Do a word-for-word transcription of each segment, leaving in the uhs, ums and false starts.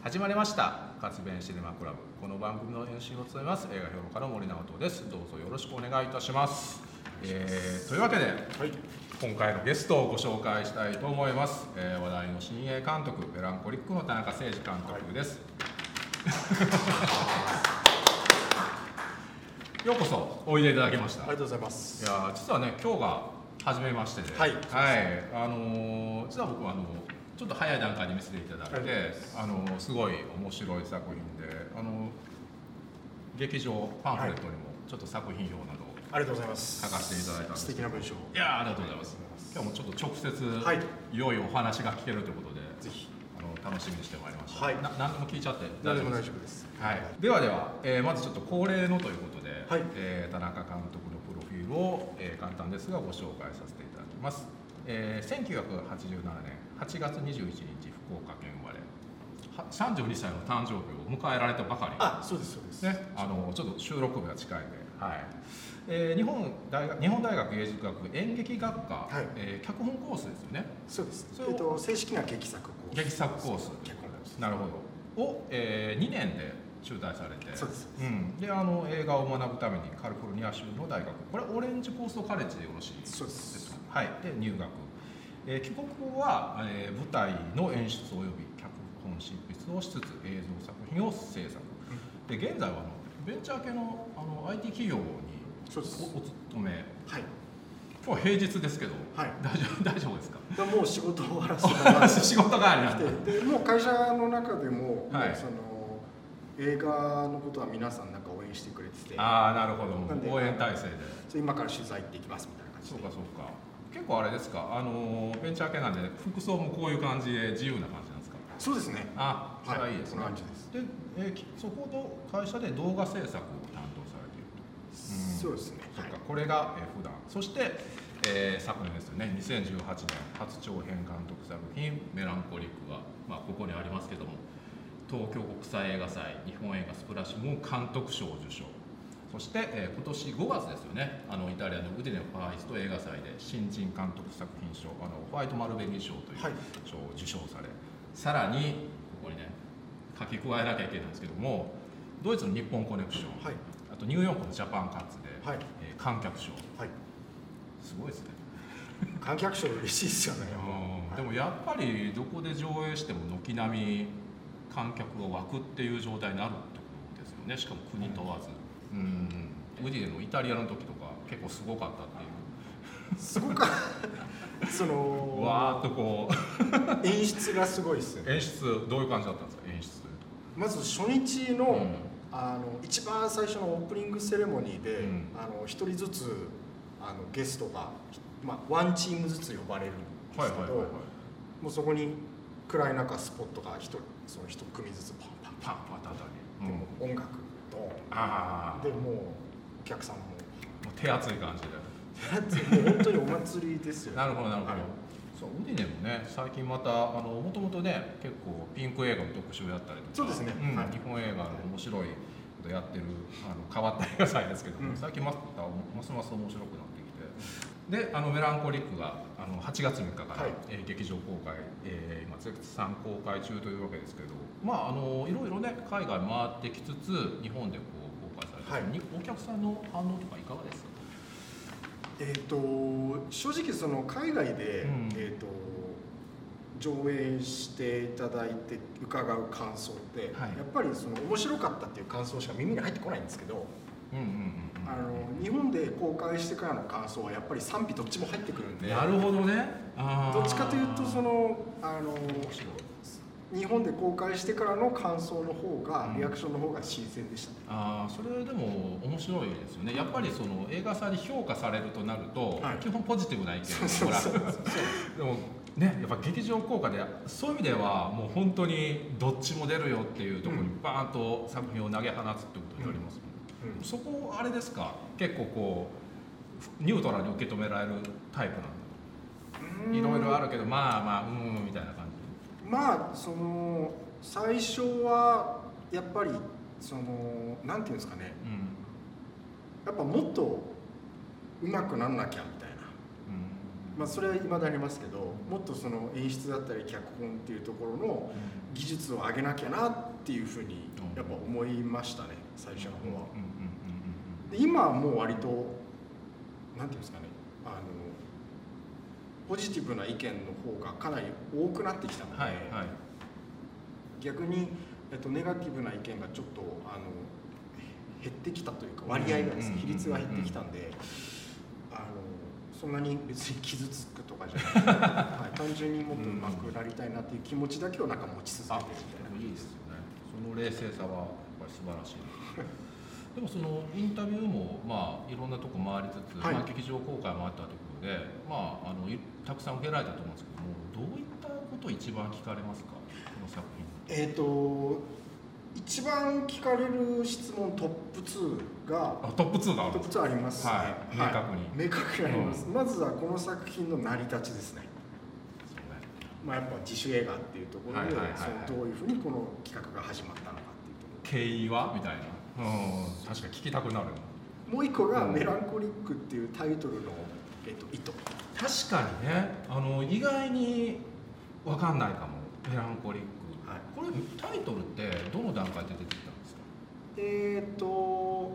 始まりました活弁シネマクラブ。この番組の エムシー を務めます映画評論家の森直人です。どうぞよろしくお願いいたします。えー、というわけで、はい、今回のゲストをご紹介したいと思います。えー、話題の新鋭監督メランコリックの田中誠二監督です、はい、ようこそおいでいただきました。 ありがとうございます。 いや実はね今日が初めましてで、はい、はい、あのー、実は僕はあのちょっと早い段階で見せていただいて、あのすごい面白い作品で、あの劇場パンフレットにもちょっと作品表などありがとうございます書かせていただいたんです。 素敵な文章。 いやありがとうございます。今日もちょっと直接、はい、良いお話が聞けるということで、ぜひあの楽しみにしてまいりました。はい、な何でも聞いちゃって大丈夫です。大丈夫です。 はい。ではでは、えー、まずちょっと恒例のということで、はい、えー、田中監督のプロフィールを、えー、簡単ですがご紹介させていただきます。えー、せんきゅうひゃくはちじゅうななねんはちがつにじゅういちにち福岡県生まれ、さんじゅうにさいの誕生日を迎えられたばかり。 あ、そうですそうです。 ね、あのちょっと収録日が近いんで、はい。えー、日本大学日本大学芸術学部演劇学科、はい、えー、脚本コースですよね。 そうです。それえっと正式な劇作コース。 劇作コース。 脚本コース。 なるほど。を、えー、にねんで中退されて、 そうです。 うん。で、あの映画を学ぶためにカリフォルニア州の大学、これオレンジコーストカレッジでよろしいですか。 そうです。 はい。で入学。えー、帰国後は、えー、舞台の演出及び脚本執筆をしつつ映像作品を制作。うん、で現在はあのベンチャー系のあの アイティー 企業におお勤め。はい。今日は平日ですけど、はい、大丈夫大丈夫ですか。 もう仕事を終わらせてもらって仕事がありましてでもう会社の中でも、はい、もうその映画のことは皆さんなんか応援してくれてて、 ああなるほど、応援体制で今から取材行っていきますみたいな感じで。 そうかそうか。結構あれですか、あのベンチャー系なんで服装もこういう感じで自由な感じなんですか。 そうですね。 あ、それはいいですね。 こんな感じです。 で、えー、そこの会社で動画制作を担当されていると。 うん、そうですね。 そっか、これが、えー、普段。そして、えー、昨年ですよね、にせんじゅうはちねん初長編監督作品メランコリックが、まあ、ここにありますけども、東京国際映画祭日本映画スプラッシュも監督賞を受賞。そして、えー、今年ごがつですよね、あのイタリアのウディネ・ファーイスト映画祭で新人監督作品賞、あのホワイトマルベリー賞という賞を受賞され、はい、さらにここにね書き加えなきゃいけないんですけども、ドイツの日本コネクション、はい、あとニューヨークのジャパンカッツで、はい、えー、観客賞、はい、すごいですね。 観客賞嬉しいですよね。 うん、でもやっぱりどこで上映しても軒並み観客が湧くっていう状態になるってことですよね。しかも国問わず。うん、ウディネのイタリアの時とか結構すごかったっていう。 すごかったそのわーっとこう演出がすごいですよね。 演出どういう感じだったんですか。演出まず初日の、うん、あの一番最初のオープニングセレモニーで、うん、あの一人ずつあのゲストが、まあ、ワンチームずつ呼ばれるんですけど、もうそこに暗い中スポットが一人その一組ずつパンパンパンパンパンパン、でも音楽ドーン、あでもうお客さんももう手厚い感じで手厚い、もう本当にお祭りですよね。 なるほどなるほど、はい、そうウディネもね最近またあのもともとね結構ピンク映画の特集をやったりとか、 そうですね、 うん、はい、日本映画の面白いことやってるあの変わった映画祭ですけども、うん、最近またますます面白くなってきて、であのメランコリックがあのはちがつみっかから、はい、えー、劇場公開、えー、今絶賛公開中というわけですけど、まああのいろいろね海外回ってきつつ日本でこう公開されて、はい、お客さんの反応とかいかがですか。 えー、と正直その海外で、うん、えー、と上映していただいて伺う感想って、はい、やっぱりその面白かったっていう感想しか耳に入ってこないんですけど、あの日本で公開してからの感想はやっぱり賛否どっちも入ってくるんで。 なるほどね。 どっちかというとそのあの日本で公開してからの感想の方が、リアクションの方が新鮮でしたね。 うん、ああ、それでも面白いですよね。やっぱりその映画祭で評価されるとなると、はい、基本ポジティブな意見をもらう。でもね、やっぱ劇場公開でそういう意味ではもう本当にどっちも出るよっていうところにバーンと作品を投げ放つってことになりますもんね。うんうん、そこあれですか、結構こうニュートラルに受け止められるタイプなんだ。いろいろあるけどまあまあうんみたいな感じ。 まあその最初はやっぱりそのなんていうんですかね、うん、やっぱもっと上手くなんなきゃみたいな、 まあ、それは未だにありますけど、もっとその演出だったり脚本っていうところの技術を上げなきゃなっていうふうにやっぱ思いましたね、最初の方は。で今はもう割となんていうんですかね、あのポジティブな意見の方がかなり多くなってきたので、はいはい、逆に、えっと、ネガティブな意見がちょっとあの減ってきたというか、割合がですね、比率が減ってきたんで、あのそんなに別に傷つくとかじゃなくて、はい、単純にもっと上手くなりたいなっていう気持ちだけをなんか持ち続けてるみたいな。 いいですよね。その冷静さはやっぱり素晴らしい。でもそのインタビューもまあいろんなとこ回りつつ、はい、まあ劇場公開もあったということで、まああのたくさん受けられたと思うんですけども、どういったことを一番聞かれますか、この作品。 えっと一番聞かれる質問トップツーがあトップツーがあるトップツーあります、ね、 はい、明確に、 はい、明確にあります、うん、まずはこの作品の成り立ちですね。そうね、まあ、やっぱ自主映画っていうところで、どういうふうにこの企画が始まったのかっていうところ、 経緯はみたいな、うん、確かに聞きたくなる。 もう一個が「メランコリック」っていうタイトルの、えっと、意図。 確かにね、あの意外に分かんないかも、メランコリック。はい、これタイトルってどの段階で出てきたんですか。 えっとこ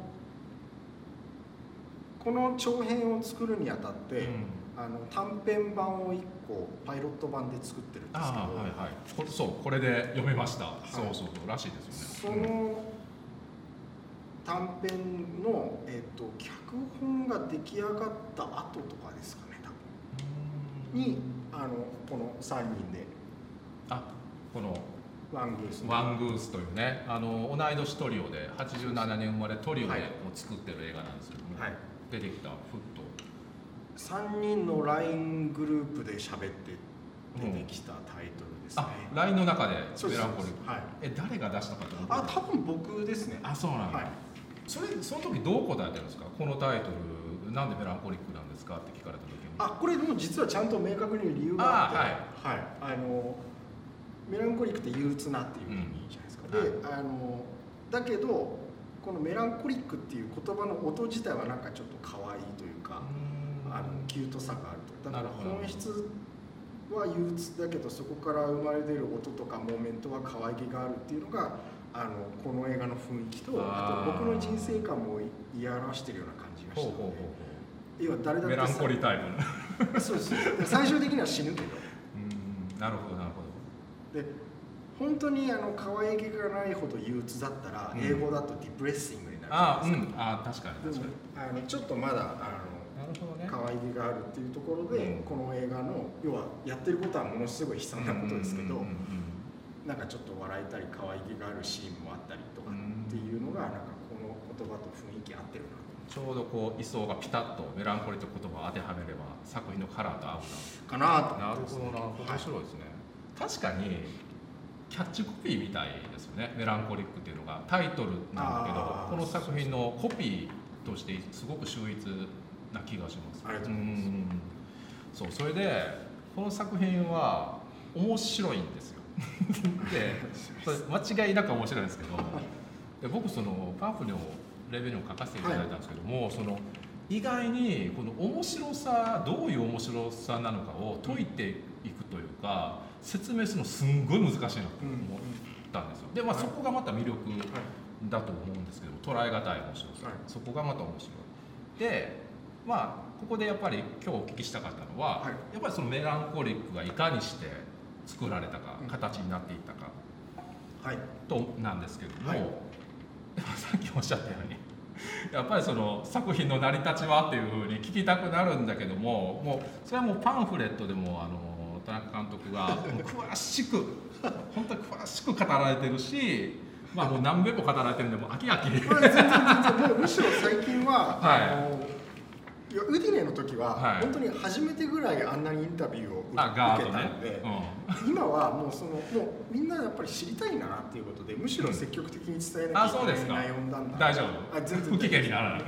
の長編を作るにあたって、うん、あの短編版をいっこパイロット版で作ってるんですけど、あ、はいはい、 こそうこれで読めました、はい、そうそうそうらしいですよね。その短編の、えー、と脚本が出来上がった後とかですかね、多分にあのこのさんにんであこのワングースワングースというね、あの同い年トリオではちじゅうななねん生まれトリオでも作ってる映画なんですけども、はい、出てきたフットさんにんの ライン グループで喋って出てきたタイトルですね。 あ、ライン の中でメランコリック、はい、え誰が出したかと思って。 あ、多分僕ですね。 あ、そうなんだ、はい、それその時どう答えてるんですか。このタイトルなんでメランコリックなんですかって聞かれた時に。 あ、これでも実はちゃんと明確に理由があって、あ、はい、はい、あのメランコリックって憂鬱なっていう意味じゃないですか、うん、で、はい、あのだけどこのメランコリックっていう言葉の音自体はなんかちょっと可愛いというか、うあのキュートさがあると。だから本質は憂鬱だけどそこから生まれ出る音とかモーメントは可愛げがあるっていうのがあのこの映画の雰囲気と、あと僕の人生観も言い表しているような感じがしたので、要は誰だってメランコリータイプのそうです。最終的には死ぬけどうんなるほどなるほど。 で本当にあの可愛げがないほど憂鬱だったら、うん、英語だとディプレッシングになるじゃないですか。 あ、うん、あ確かに確かに。 あのちょっとまだあのなるほど、ね、可愛げがあるっていうところで、うん、この映画の要はやってることはものすごい悲惨なことですけど、なんかちょっと笑えたり可愛げがあるシーンもあったりとかっていうのがなんかこの言葉と雰囲気合ってるなと。 ちょうどこう位相がピタッとメランコリーという言葉を当てはめれば作品のカラーと合うかなと。 なるほどな、面白いですね。はい、確かにキャッチコピーみたいですよね。メランコリックっていうのがタイトルなんだけど、この作品のコピーとしてすごく秀逸な気がします。 ありがとうございます。 そう、それでこの作品は面白いんですよ。で、間違いなく面白いんですけど、で僕そのパンフのレビューを書かせていただいたんですけども、はい、その意外にこの面白さ、どういう面白さなのかを解いていくというか、説明するのすんごい難しいなと思ったんですよ。で、まあ、そこがまた魅力だと思うんですけど、捉え難い面白さ、はい、そこがまた面白い。で、まあここでやっぱり今日お聞きしたかったのは、はい、やっぱりそのメランコリックがいかにして作られたか、うん、形になっていったか、はい、となんですけども、はい、さっきおっしゃったようにやっぱりその作品の成り立ちはっていうふうに聞きたくなるんだけども、もうそれはもうパンフレットでもあの田中監督が詳しく本当に詳しく語られてるし、まあもう何べんも語られてるんでもう飽き飽き。 全然全然もうむしろ最近は、はい、あのいやウディネの時は、はい、本当に初めてぐらいあんなにインタビューを受けたので、ね、うん、今はもうそのもうみんなやっぱり知りたいんだなっていうことで、むしろ積極的に伝えなきゃいけない内容なんだ。 大丈夫。あ、全然不機嫌にならない。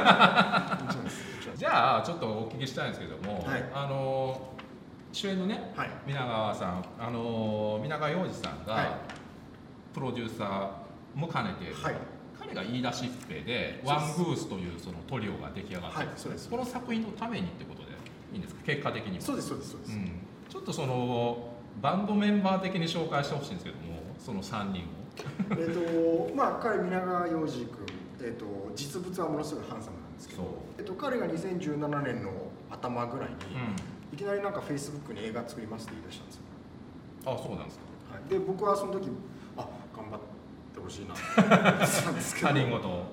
じゃあちょっとお聞きしたいんですけども、はい、あの主演のね、はい、皆川さん、あの皆川洋次さんが、はい、プロデューサーも兼ねている。はい、彼が言い出しっぺでワングースというそのトリオが出来上がって、はい、そうです。この作品のためにってことでいいんですか、結果的には。 そうですそうですそうです、うん、 ちょっとそのバンドメンバー的に紹介してほしいんですけども、そのさんにんをえっとまあ彼皆川洋二君、えっと実物はものすごいハンサムなんですけど、えっと彼がにせんじゅうななねんの頭ぐらいに、うん、いきなりなんかフェイスブックに映画作りますって言い出したんですよ。 あ、そうなんですか。 はい、で僕はその時あ頑張ってほしいなって思ってたんですけど他人事、 はい、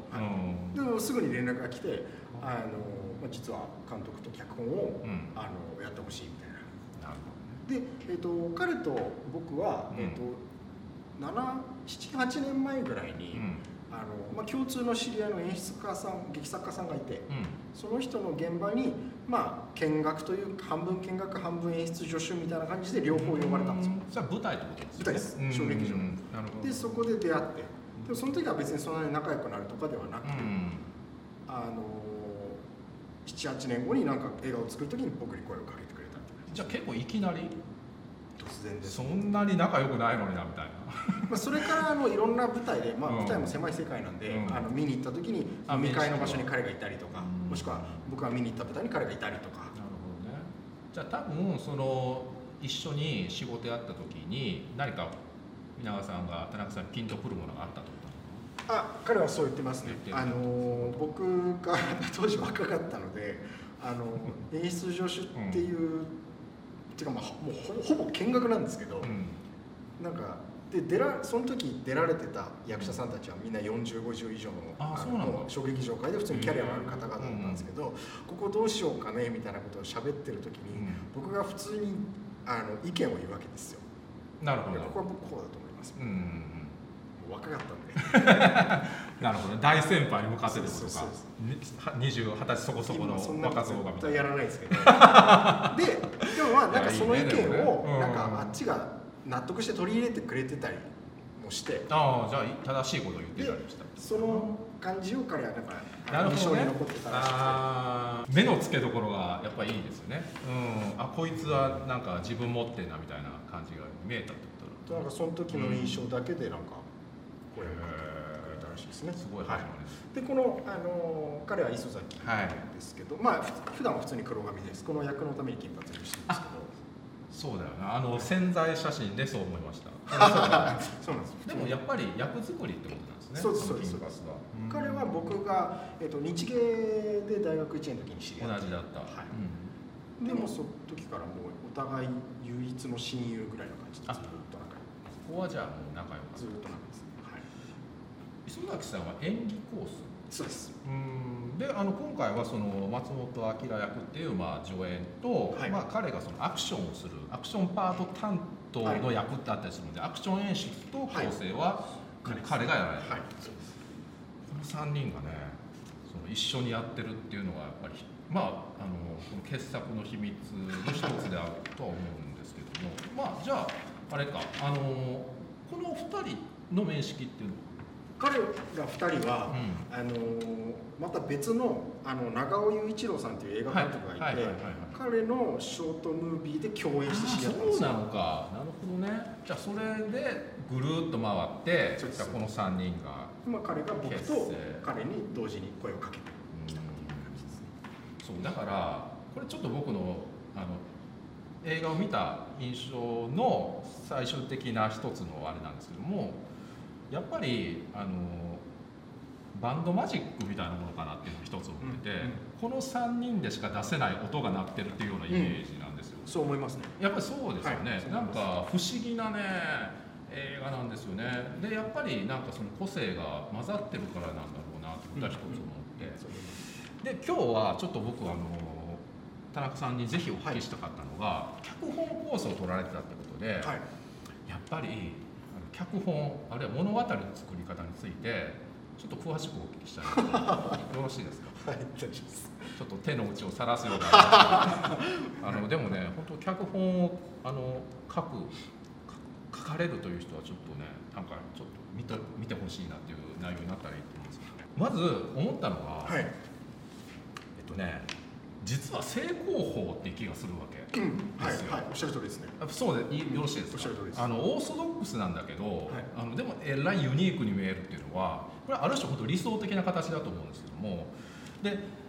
でもすぐに連絡が来て、あの、まあ、実は監督と脚本を、うん、あのやってほしいみたいな。なるほどね。で、えー、と彼と僕は、うん、えー、となな、なな、はちねんまえぐらいに、うん、あのまあ、共通の知り合いの演出家さん、劇作家さんがいて、うん、その人の現場に、まあ、見学という半分見学半分演出助手みたいな感じで両方呼ばれたんですよ。 じゃあ舞台ってことですね。 舞台です、小劇場。なるほど。でそこで出会って、でもその時は別にそんなに仲良くなるとかではなくて、うん、あのなな、はちねんごになんか映画を作る時に僕に声をかけてくれた。 じゃあ結構いきなり突然です、 ね、そんなに仲良くないのになみたいなまあそれからあのいろんな舞台で、まあ、舞台も狭い世界なんで、うん、あの見に行った時ににかいの場所に彼がいたりとか、もしくは僕が見に行った舞台に彼がいたりとか。なるほどね。じゃあ多分その一緒に仕事やった時に何か皆川さんが田中さんにピンとくるものがあったと。 あ、彼はそう言ってますね。あの僕が当時若かったので、あの演出助手っていう、うん、っていうかまあもうほぼ見学なんですけど、うん、なんかで出らその時出られてた役者さんたちはみんなよんじゅう、ごじゅう以上の、ああの小劇場界で普通にキャリアのある方々だったんですけど、うん、ここどうしようかねみたいなことを喋ってる時に、うん、僕が普通にあの意見を言うわけですよ。 なるほど。 ここは僕こうだと思います。うん、若かったんでなるほど、ね、大先輩に向かってってことか。にじゅう、はたちそこそこの若造がみたいな。 やらないですけどで、でもまあなんかその意見をなんかあっちが納得して取り入れてくれてたりもして、 ああ、じゃあ正しいことを言ってたりした。 その感じを彼はなんか印象に残ってたらしくて、あ、目の付けどころがやっぱりいいですよね。うん、あ、こいつはなんか自分持ってんなみたいな感じが見えたってことだ。 なんかその時の印象だけでなんか声をかけてくれたらしいですね。 すごい始まりです。 でこの、あの彼は磯崎ですけど、はい、まあ普段は普通に黒髪です。この役のために金髪にしてるんですけど。 そうだよな、あの宣材写真でそう思いました。 そうなんです。 でもやっぱり役作りってことなんですね。 そうですそうです。彼は僕が、えー、と日芸で大学いちねんの時に知り合って、 同じだった。はい。 うん、でもその時からもうお互い唯一の親友ぐらいの感じでずっと仲良く。 ここはじゃあもう仲良く。 ずっと仲良くです。はい。 磯崎さんは演技コース。 そうです。 うんで、あの今回はその松本明役っていうまあ助演と、はい、まあ彼がそのアクションをするアクションパート担当の役ってあったりするので、はい、アクション演出と構成は彼がやられる。はい、そうです。このさんにんがね、その一緒にやってるっていうのがやっぱりまああのこの傑作の秘密の一つであるとは思うんですけども、まあじゃああれか、あのこのふたりの面識っていうのは。 彼らふたりは、うん、あのまた別のあの長尾雄一郎さんという映画監督がいて、彼のショートムービーで共演して知り合ったんですよ。 そうなのか、なるほどね。じゃあそれでぐるっと回ってじゃあこのさんにんが、 まあ、彼が僕と彼に同時に声をかけてきたっていう感じですね。 そうだからこれちょっと僕のあの映画を見た印象の最終的な一つのあれなんですけども、やっぱりあのバンドマジックみたいなものかなっていうのを一つ思ってて、うんうん、このさんにんでしか出せない音が鳴ってるっていうようなイメージなんですよ。 うん、そう思いますね。 やっぱりそうですよね。はい、なんか不思議なね映画なんですよね。でやっぱりなんかその個性が混ざってるからなんだろうなってことは一つ思って、うんうん、で今日はちょっと僕あの田中さんにぜひお聞きしたかったのが、はい、脚本コースを取られてたってことで、はい、やっぱり脚本あるいは物語の作り方についてちょっと詳しくお聞きしたいのでよろしいですか。 はい、大丈夫です。 ちょっと手の内をさらすようなあのでもね、本当脚本をあの書く書かれるという人はちょっとね、なんかちょっと見て見てほしいなっていう内容になったらいいと思うんですけど、まず思ったのが、はい、えっとね、実は正攻法って気がするわけですよ。 はいはい、おっしゃる通りですね。 そうでよろしいですか。 おっしゃる通りです。 あのオーソドックスなんだけど、はい、あのでもえらいユニークに見えるっていうのは、これはある種本当理想的な形だと思うんですけども、で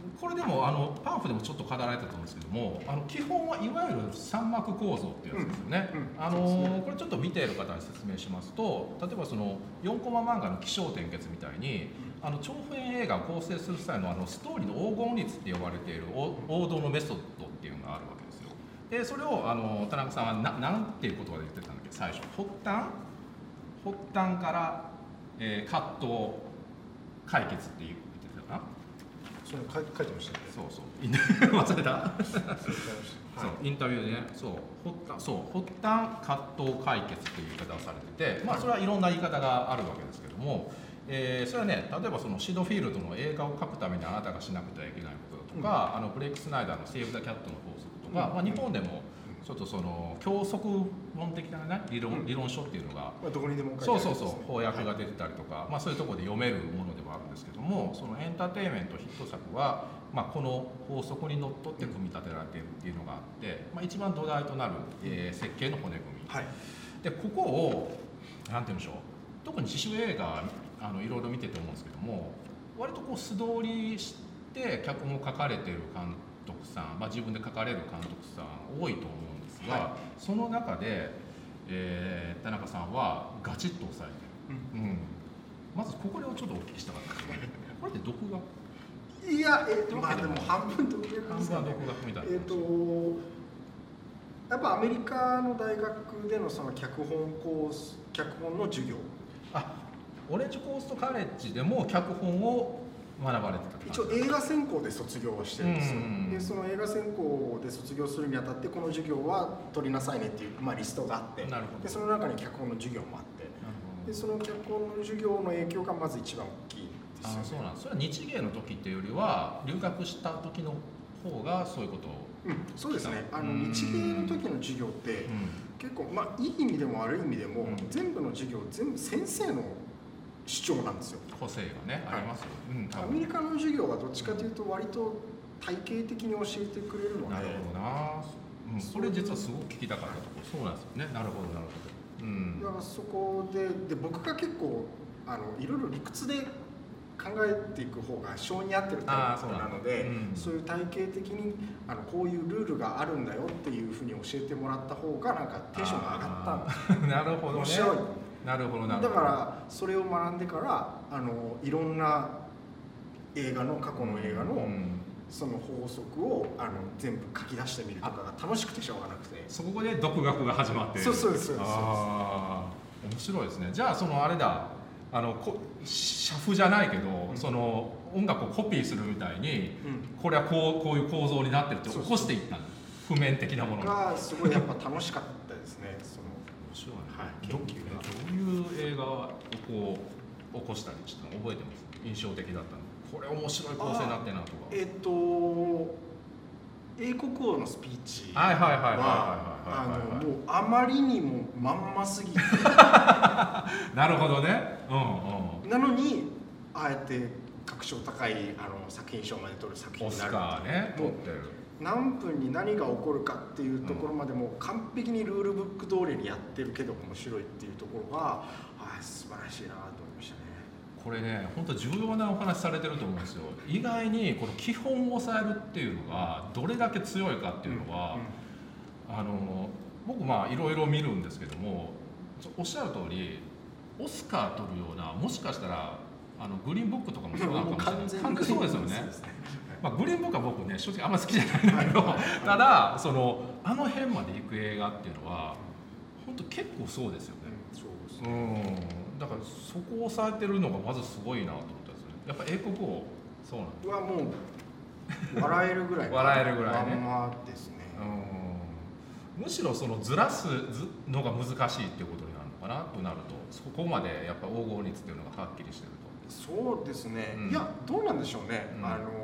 これでもあのパンフでもちょっと語られたと思うんですけども、あの基本はいわゆる三幕構造っていうやつですよね。あのこれちょっと見ている方に説明しますと、例えばそのよんコマ漫画の起承転結みたいに、あの長編映画を構成する際のあのストーリーの黄金律って呼ばれている王道のメソッドっていうのがあるわけですよ。でそれをあの田中さんはななんていう言葉で言ってたんだっけ、最初発端発端から、えー、葛藤解決っていう言ってたかな。 それ書い書いてましたね。 そうそう忘れたそうインタビューでね、そう発端そう発端葛藤解決っていう言い方をされてて、まあそれはいろんな言い方があるわけですけども、えー、それはね、例えばそのシドフィールドの映画を描くためにあなたがしなくてはいけないことだとか、うん、あのブレイク・スナイダーのセーブ・ザ・キャットの法則とか、うん、まあ、日本でもちょっとその教則論的な、ね、理論、理論書っていうのが、 まあ、どこにでも書いてあるんですね。そうそうそう翻訳が出てたりとか、はい、まあ、そういうところで読めるものではあるんですけども、そのエンターテインメントヒット作は、まあ、この法則にのっとって組み立てられているっていうのがあって、まあ、一番土台となる、えー、設計の骨組み、はい、でここをなんて言うんでしょう、特に自主映画あのいろいろ見てて思うんですけども、割とこう素通りして脚本を書かれている監督さん、まあ、自分で書かれる監督さん多いと思うんですが、はい、その中で、えー、田中さんはガチッと抑えてる、うんうん、まずここをちょっとお聞きしたかったですね。これって独学？ いや、えっと、まあでも半分独学ですかね。 半分は独学みたいな。 えっとやっぱアメリカの大学でのその脚本コース、脚本の授業。 あ、オレンジコーストカレッジでも脚本を学ばれてた。 一応映画専攻で卒業はしてるんですよ。でその映画専攻で卒業するにあたってこの授業は取りなさいねっていう、まあ、リストがあって、なるほど。でその中に脚本の授業もあって、でその脚本の授業の影響がまず一番大きいですよね。 あ、そうなんです。それは日芸の時っていうよりは留学した時の方がそういうことを、 うん、そうですね。あの日芸の時の授業って、うん、結構まあいい意味でも悪い意味でも、うん、全部の授業全部先生の主張なんですよ。 個性がね、はい、ありますよ、うん、 アメリカの授業はどっちかというと割と体系的に教えてくれるので。 なるほどな、うん、それ実はすごく聞きたかったところ。そうなんですよね。なるほどなるほど、うん、 だからそこで、で僕が結構あのいろいろ理屈で考えていく方が性に合ってるタイプなので、そう、うん、そういう体系的にあのこういうルールがあるんだよっていうふうに教えてもらった方がなんかテンションが上がったんです。 なるほどね。面白い。なるほどなるほど。 だからそれを学んでからあのいろんな映画の過去の映画の、うん、その法則をあの全部書き出してみるとかが楽しくてしょうがなくて、 そこで独学が始まっている。 そうそうですそうです。 ああ、面白いですね。じゃあそのあれだ、あのこ写譜じゃないけど、うん、その音楽をコピーするみたいに、うん、これはこうこういう構造になってるって起こしていったんだ。譜面的なものがすごいやっぱ楽しかったですね。その面白いね。はい、研究がどういう映画をこう起こしたりしたの覚えてます？印象的だったの。これ面白い構成になってなとか。 えっと英国王のスピーチはいはいはいはいはいはい。もうあまりにもまんますぎて。 なるほどね。うんうん。 なのにあえて格調高いあの作品賞まで取る作品になる。 オスカーね、取ってる。 何分に何が起こるかっていうところまでも完璧にルールブック通りにやってるけど面白いっていうところがあ素晴らしいなと思いましたね。 これね、本当重要なお話されてると思うんですよ。意外にこの基本を抑えるっていうのがどれだけ強いかっていうのは、うんうん、あの僕まあいろいろ見るんですけども、おっしゃる通りオスカー取るような、もしかしたらあのグリーンブックとかもそうなのかもしれない。完全にそうですよね。まあ、グリーンブックは僕ね正直あんま好きじゃないんだけど、ただそのあの辺まで行く映画っていうのは本当結構そうですよね。そうですね。うん、だからそこを抑えてるのがまずすごいなと思ったんですよね。やっぱ英国王そうなんです。 はもう笑えるぐらい笑えるぐらいね。 ままですね。 うん、むしろそのずらすのが難しいっていうことになるのかなとなると、そこまでやっぱ黄金律っていうのがはっきりしてると。 そうですね。うん、いやどうなんでしょうね。うん、あの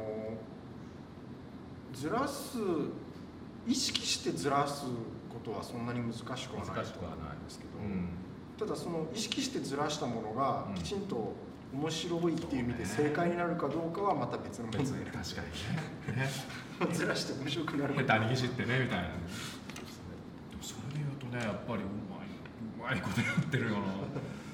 ずらす意識してずらすことはそんなに難しくはないと思うんですけど、うん、ただその意識してずらしたものがきちんと面白いっていう意味で正解になるかどうかはまた別の問題で、 確かにねずらして面白くなる下手にいじってねみたいな。でもそれで言うとね、やっぱりうまいうまいことやってるよな。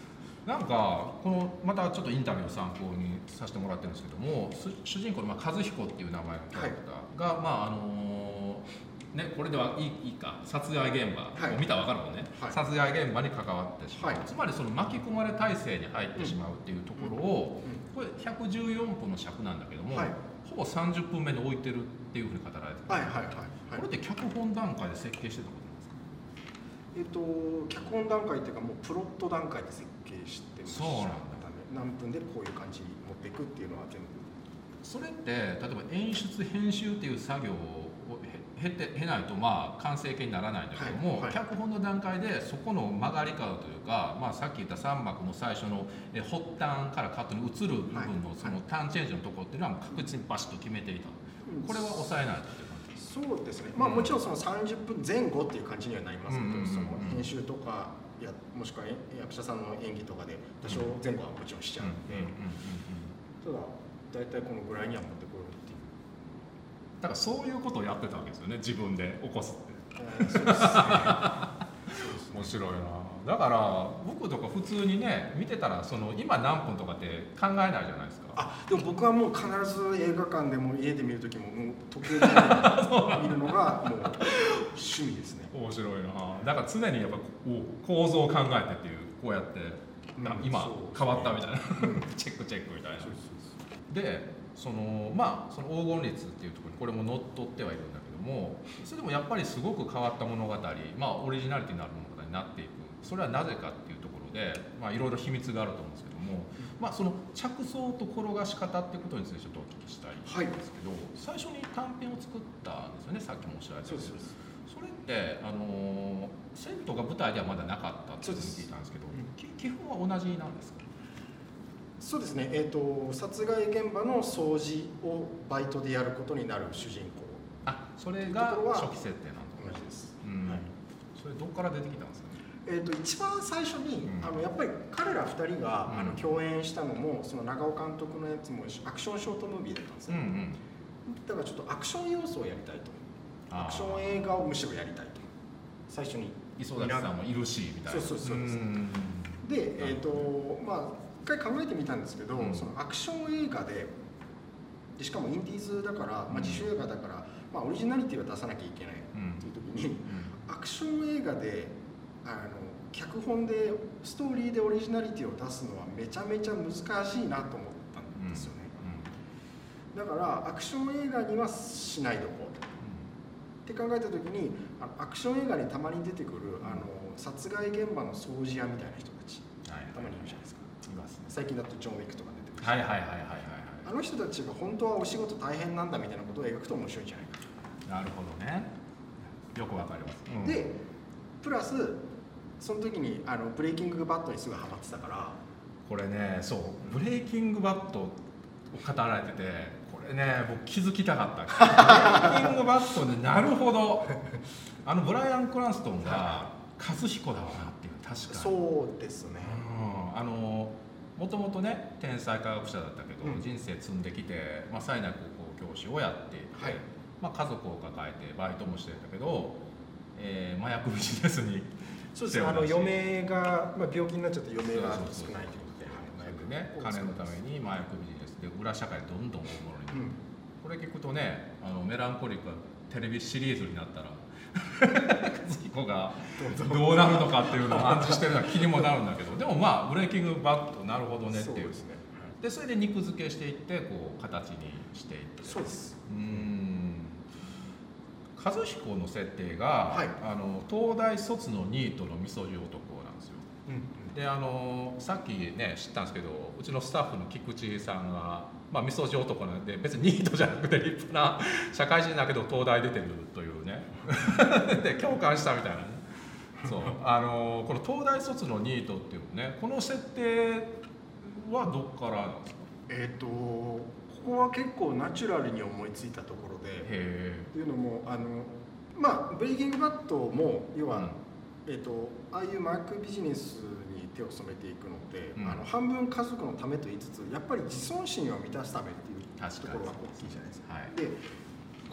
なんかこのまたちょっとインタビューを参考にさせてもらってるんですけども、主人公のまあ和彦っていう名前のキャラクターが、はい、まああのね、これではいいいいか殺害現場、はい、見たら分かるもんね、はい、殺害現場に関わってしまう、はい、つまりその巻き込まれ体制に入ってしまうっていうところを、うんうん、これひゃくじゅうよんぷんの尺なんだけども、はい、ほぼさんじゅっぷんめに置いてるっていうふうに語られてる、はいはいはいはい、これって脚本段階で設計してたことなんですか？ えっと脚本段階っていうかもうプロット段階で設計してました。 そうなんだ。 何分でこういう感じに持っていくっていうのは全部。 それって例えば演出編集っていう作業を経て経ないとまあ完成形にならないんだけども、はいはい、脚本の段階でそこの曲がり角というか、まあ、さっき言ったさん幕の最初の発端からカットに移る部分のそのターンチェンジのところっていうのはもう確実にバシッと決めていた、うん、これは抑えないとっていう感じです。 そうですね、まあ、もちろんそのさんじゅっぷんぜん後っていう感じにはなりますけど、その編集とかやもしくは役者さんの演技とかで多少前後はもちろんしちゃうので、ただ大体このぐらいには持ってこようっていう。 だからそういうことをやってたわけですよね、自分で起こすって。えー、そうですね面白いな。だから僕とか普通にね見てたらその今何分とかって考えないじゃないですか。 あ、でも僕はもう必ず映画館でも家で見るときももう時計で見るのがもう趣味ですね。 面白いな。だから常にやっぱ構造を考えてっていうこうやって、うん、今変わったみたいな、うん、チェックチェックみたいな。でそのまあその黄金律っていうところにこれも乗っ取ってはいるんだけども、それでもやっぱりすごく変わった物語、まあオリジナリティになる物語になっていく。それはなぜかっていうところで、まあいろいろ秘密があると思うんですけども、まあその着想と転がし方っていうことについてちょっとお聞きしたいんですけど、はい、最初に短編を作ったんですよね。さっきもおっしゃられたんですけど、それってあのセットが舞台ではまだなかったっていうふうに聞いたんですけど、基本は同じなんですか？ そうですね、えーと、殺害現場の掃除をバイトでやることになる主人公。 あ、それが初期設定なん同じです、 うんはい、それどこから出てきたんですかね？ えーと、一番最初に、うん、あのやっぱり彼らふたりが、うん、あの共演したのもその長尾監督のやつもアクションショートムービーだったんですよ、うんうん、だからちょっとアクション要素をやりたいと、アクション映画をむしろやりたいと最初に。 磯崎さんもいるしみたいな。 そうそうそうです。で、えーとまあ一回考えてみたんですけど、うん、そのアクション映画 で, でしかもインディーズだから、まあ、自主映画だから、まあ、オリジナリティは出さなきゃいけないっていう時に、うん、アクション映画であの脚本でストーリーでオリジナリティを出すのはめちゃめちゃ難しいなと思ったんですよね、うんうん、だからアクション映画にはしないでおこうと、うん、って考えた時にあのアクション映画にたまに出てくるあの殺害現場の掃除屋みたいな人たち、はい、たまにいるじゃないですか。最近だとジョン・ウィックとか出てくる。 はいはいはいはいはい。 あの人たちが本当はお仕事大変なんだみたいなことを描くと面白いんじゃないかと。 なるほどね。よくわかります。 うん、で、プラスその時にあのブレイキングバットにすぐハマってたから。 これね、そうブレイキングバットを語られてて、これね僕気づきたかった。ブレイキングバットでなるほど。あのブライアン・クランストンが和彦だわなっていう確かに。 そうですね。 あのもともとね天才科学者だったけど、うん、人生積んできて、まあ、最内高校教師をやっていて、はい、まあ、家族を抱えてバイトもしてたけど、えー、麻薬ビジネスにそうですね、あの余命が、まあ、病気になっちゃって余命が少ないということで、 ね、金のために麻薬ビジネスで裏社会どんどん大物になる、うん、これ聞くとねあのメランコリックがテレビシリーズになったら和彦がどうなるのかっていうのを暗示してるのは気にもなるんだけど、でもまあブレイキングバットなるほどねっていう。そうですね。でそれで肉付けしていってこう形にしていって。 そうです。 うーん。和彦の設定が、はい、あの東大卒のニートのみそじ男なんですよ。うん、であのさっきね知ったんですけど、うちのスタッフの菊池さんが。まあ、みそじ男なんで別にニートじゃなくて立派な社会人だけど東大出てるというねで共感したみたいなね。そうあのこの東大卒のニートっていうのね、この設定はどっからなんですか？ えっとここは結構ナチュラルに思いついたところで、っていうのもあのまあブレイキングバットも要は、うん、えっとああいうマークビジネスに手を染めていくので、うん、あの半分家族のためと言いつつやっぱり自尊心を満たすためっていうところが大きいじゃないですか。はい、で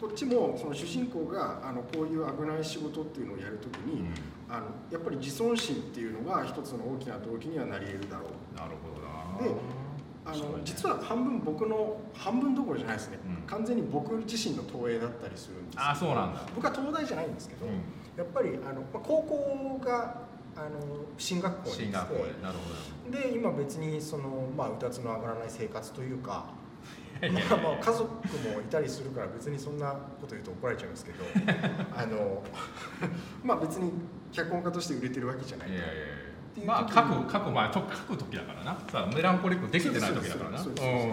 こっちもその主人公があのこういう危ない仕事っていうのをやるときに、うん、あのやっぱり自尊心っていうのが一つの大きな動機にはなり得るだろう。 なるほどな。 であの、ね、実は半分僕の半分どころじゃないですね、うん、完全に僕自身の投影だったりするんですけど。 あ、そうなんだ。 僕は東大じゃないんですけど、うん、やっぱりあの、まあ、高校があの進学校に進学校で、なるほど。で今別にその、まあ、うたつの上がらない生活というかまあまあ家族もいたりするから別にそんなこと言うと怒られちゃうんですけどあのまあ別に脚本家として売れてるわけじゃないと。いやいやいや、 まあ書く書く前書く時だからな。さあメランコリックできてない時だからな。で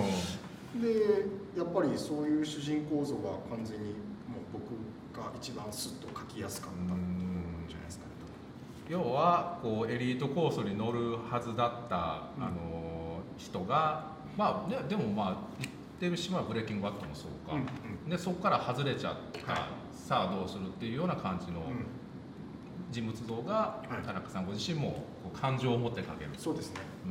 やっぱりそういう主人公像は完全にもう僕が一番スッと書きやすかったんじゃないですかね。 要はこうエリートコースに乗るはずだった、うん、あの人がまあね、でもまあ言ってるしまあブレイキングバッドもそうか、うんうん、でそこから外れちゃった、はい、さあどうするっていうような感じの人物像が、はい、田中さんご自身もこう感情を持って書ける。 そうですね。 うん、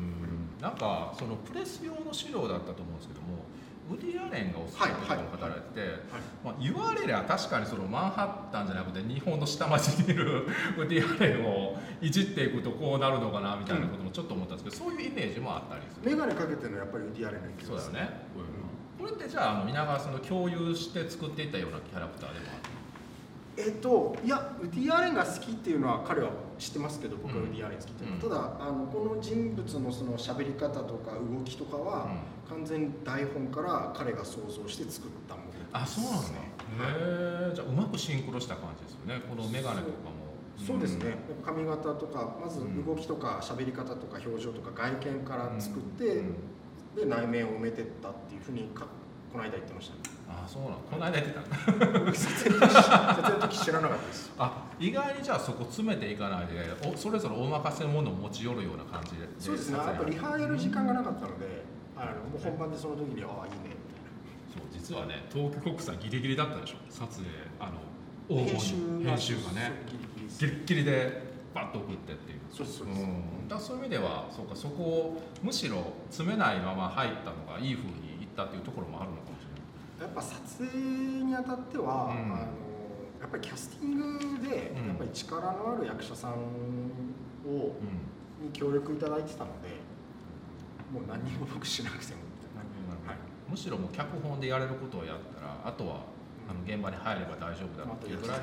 なんかそのプレス用の資料だったと思うんですけども、ウディ・アレンがお好きなことも語られてて、まあ、言われりゃ確かにそのマンハッタンじゃなくて日本の下町にいるウディ・アレンをいじっていくとこうなるのかなみたいなこともちょっと思ったんですけど、そういうイメージもあったりする。 眼鏡かけてるのはやっぱりウディ・アレンのそうだよね、うん、これってじゃあ皆がその共有して作っていったようなキャラクターでもある？ えっと、いやウディ・アレンが好きっていうのは彼は知ってますけど、僕はウディ・アレン好きっていうのは、うん、ただあのこの人物のその喋り方とか動きとかは、うん、完全に台本から彼が想像して作ったものです。 あ、そうなんですね。へえ、じゃあうまくシンクロした感じですよね、この眼鏡とかも。 そうですね、髪型とかまず動きとか喋り方とか表情とか外見から作って、うんうん、で内面を埋めてったっていうふうにかこの間言ってましたね。 ああ、そうなの。この間言ってたんだ。 撮影の時知らなかったです。 あ、意外にじゃあそこ詰めていかないで、おそれぞれお任せのものを持ち寄るような感じで。 そうですね。あとリハやる時間がなかったので、あのもう本番でその時にああいいねみたいな。 そう、実はね、東京国際ギリギリだったでしょ。撮影あの編集編集がね、ギリギリでバッと送ってっていう。 そうそうです。うん、 だそういう意味では、そうか、そこをむしろ詰めないまま入ったのがいい風にいったっていうところもあるのかもしれない。 やっぱ撮影にあたっては、うん、あのやっぱりキャスティングで、うん、やっぱり力のある役者さんを、うん、に協力いただいてたので、もう何にも僕しなくても、 はい、むしろもう脚本でやれることをやったら、あとは、うん、あの現場に入れば大丈夫だっていうぐらい、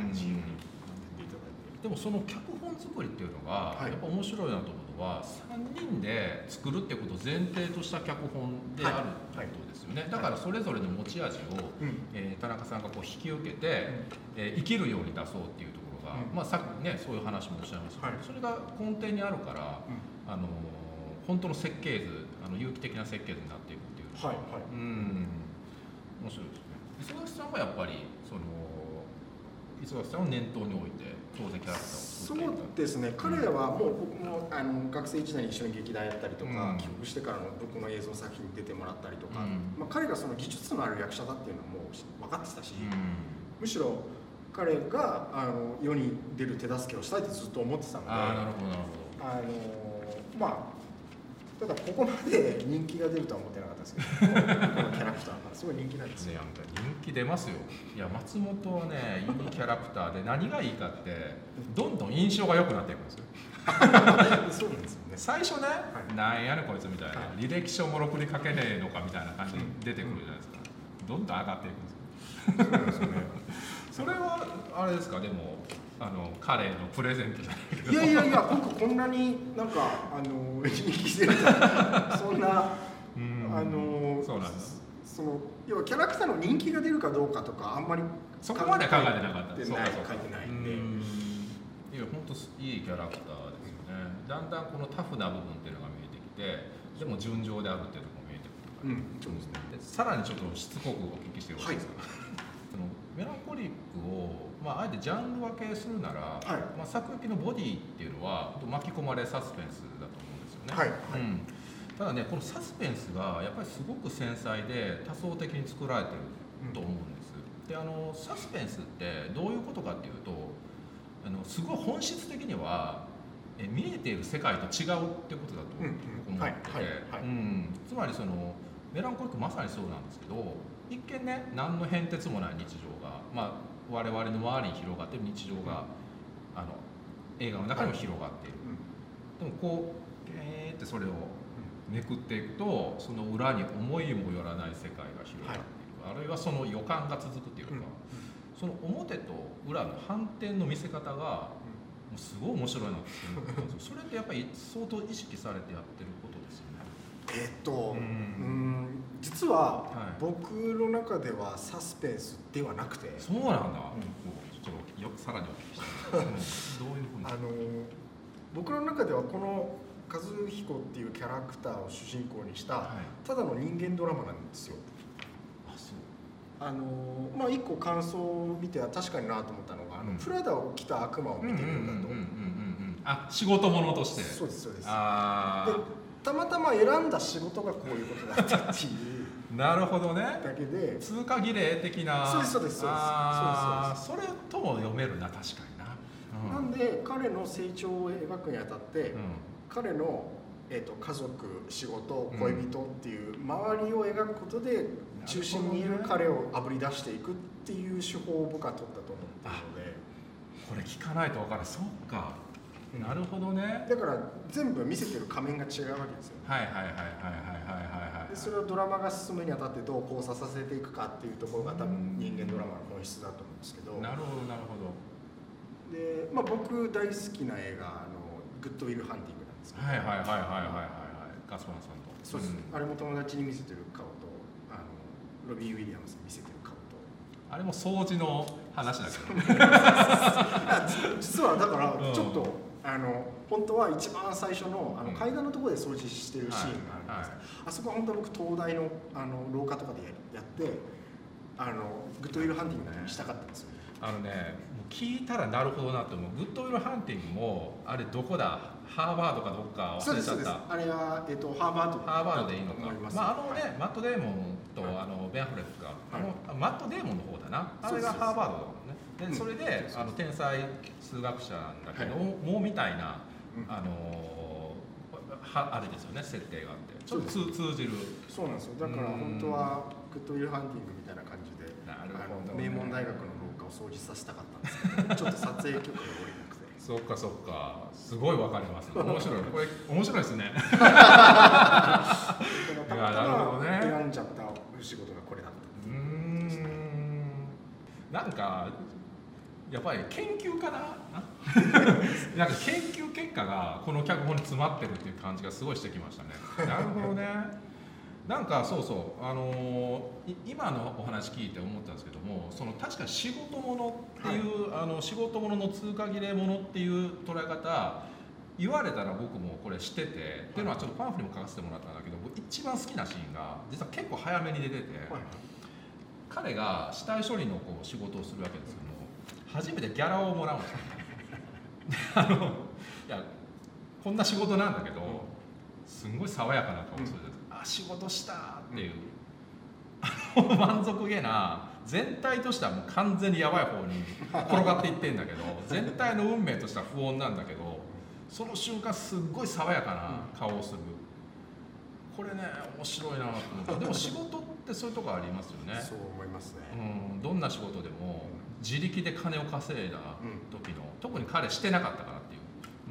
でもその脚本作りっていうのが、はい、やっぱ面白いなと思うのは、さんにんで作るっていうことを前提とした脚本であるってことですよね。はい、だからそれぞれの持ち味を、はい、えー、田中さんがこう引き受けて、うん、えー、生きるように出そうっていうところが、うん、まあ、さっきねそういう話もおっしゃいましたけど、はい、それが根底にあるから、うん、あの本当の設計図、あの有機的な設計図になっていくっていうのが、はいはい、うん、面白いですね。磯崎さんはやっぱりその磯崎さんを念頭に置いて当然キャラクターを作っていた。そうですね、彼はもう僕もあの学生時代に一緒に劇団やったりとか、うん、帰国してからの僕の映像作品に出てもらったりとか、うん、まあ、彼がその技術のある役者だっていうのはもう分かってたし、うん、むしろ彼があの世に出る手助けをしたいってずっと思ってたので、 あ、なるほどなるほど、 あのまあただここまで人気が出るとは思ってなかったですけど、このキャラクターがすごい人気なんですよ。 人気出ますよ。いや、松本はね、いいキャラクターで何がいいかってどんどん印象が良くなっていくんですよ。 そうなんですよね。 最初ね、はい、なんやねんこいつみたいな、はい、履歴書もろくに書けねえのかみたいな感じで出てくるじゃないですか。どんどん上がっていくんですよ。そうですよね。それはあれですか、でも。あの彼のプレゼントじゃないけど、 いやいやいや、僕こんなになんかあの人気してるそんなあのそうなんです。 その要はキャラクターの人気が出るかどうかとかあんまりそこまで考えてなかった。 書いてないんで、 いや本当いいキャラクターですよね。だんだんこのタフな部分っていうのが見えてきて、でも純情であるっていうところが見えてくる。うん、そうですね。でさらにちょっとしつこくお聞きしてよろしいですか。はい、そのメランコリックをまあ、あえてジャンル分けするなら、はい、まあ、作劇のボディっていうのは巻き込まれサスペンスだと思うんですよね。はいはい、うん、ただね、このサスペンスがやっぱりすごく繊細で多層的に作られてると思うんです。うん、であのサスペンスってどういうことかっていうと、あのすごい本質的にはえ見えている世界と違うってことだと思ってて、つまりそのメランコリックまさにそうなんですけど、 一見ね何の変哲もない日常が、まあ、我々の周りに広がってる日常が、うん、あの映画の中にも広がっている、うん、でもこうゲーってそれをめくっていくとその裏に思いもよらない世界が広がっている、はい、あるいはその予感が続くっていうか、うん、その表と裏の反転の見せ方がもうすごい面白いなって思うんですよ。それってやっぱり相当意識されてやってることですよね。 えっと、うん、実は僕の中ではサスペンスではなくて、はい、 そうなんだ、うん、ちょっとよさらにお聞きしたい、うん、どういうふうにあの僕の中ではこの和彦っていうキャラクターを主人公にした、はい、ただの人間ドラマなんですよ。 あ、そう。 あのまあ一個感想を見ては確かになと思ったのが、うん、あのプラダを着た悪魔を見てるんだと。 あ、仕事物として。 そうですそうです。 あでたまたま選んだ仕事がこういうことだったっていうなるほどね。 だけで通過儀礼的な。 そうですそうですそうです。 あそれとも読めるな、確かにな、 うん、なんで彼の成長を描くにあたって、うん、彼の、えーと、家族、仕事、恋人っていう周りを描くことで、うん、中心にいる彼をあぶり出していくっていう手法を僕は取ったと思っているので、 これ聞かないと分からない。そうか、なるほどね。 だから全部見せてる仮面が違うわけですよ。 はいはいはいはいはいはいはい。 でそれをドラマが進むにあたってどう交差させていくかっていうところが多分人間ドラマの本質だと思うんですけど。 なるほどなるほど。 で、まあ僕大好きな映画あのグッドウィルハンティングなんですけど。 はいはいはいはいはいはいはい。ガスパンさんと。 そうです。うん、あれも友達に見せてる顔とあのロビー・ウィリアムスに見せてる顔と。 あれも掃除の話だけど。 実はだからちょっと。うんあの本当は一番最初のあの階段のところで掃除してるシーンがあるんです、はいはい、あそこは本当は僕東大のあの廊下とかでやってあのグッドウィルハンティングにしたかったんですよ。 あのね、聞いたらなるほどなと思う。グッドウィルハンティングもあれどこだ、ハーバードかどっか忘れちゃった。 そうですそうです。あれは、えー、とハーバードハーバードでいいのか。まああのね、はい、マット・デーモンと、はい、あのベン・アフレックが、はい、あのマット・デーモンの方だな。あれがハーバードだもんね。でそれで、うん、あの天才数学者なんだけど、はい、もうみたいな。あのはあれですよね、設定があってちょっと通じる。 そうなんですよ。だから本当はグッドウィルハンティングみたいな感じで、なるほど、ね、名門大学の廊下を掃除させたかったんですけどちょっと撮影許可が下りなくてそっかそっか、すごいわかります。面白い、これ面白いですね。いや、なるほどね。 選んじゃった仕事がこれだった。うーん、 なんかやっぱり研究家だなんか研究結果がこの脚本に詰まってるっていう感じがすごいしてきましたね。なるほどね。なんかそうそう、あのー、今のお話聞いて思ったんですけども、その確かに仕事ものっていう、はい、あの仕事ものの通過儀礼ものっていう捉え方言われたら僕もこれ知ってて、はい、っていうのはちょっとパンフにも書かせてもらったんだけど、一番好きなシーンが実は結構早めに出てて、はい、彼が死体処理のこう仕事をするわけですけども、初めてギャラをもらうんですよ。あのいやこんな仕事なんだけど、すんごい爽やかな顔するじゃないですか。あ、仕事したっていう、うん、満足げな、全体としてはもう完全にやばい方に転がっていってんだけど全体の運命としては不穏なんだけど、その瞬間すっごい爽やかな顔をする。これね、面白いなと思って。でも仕事ってそういうとこありますよね。 そう思いますね、 うん、どんな仕事でも自力で金を稼いだ時の、うん、特に彼してなかったからっていう、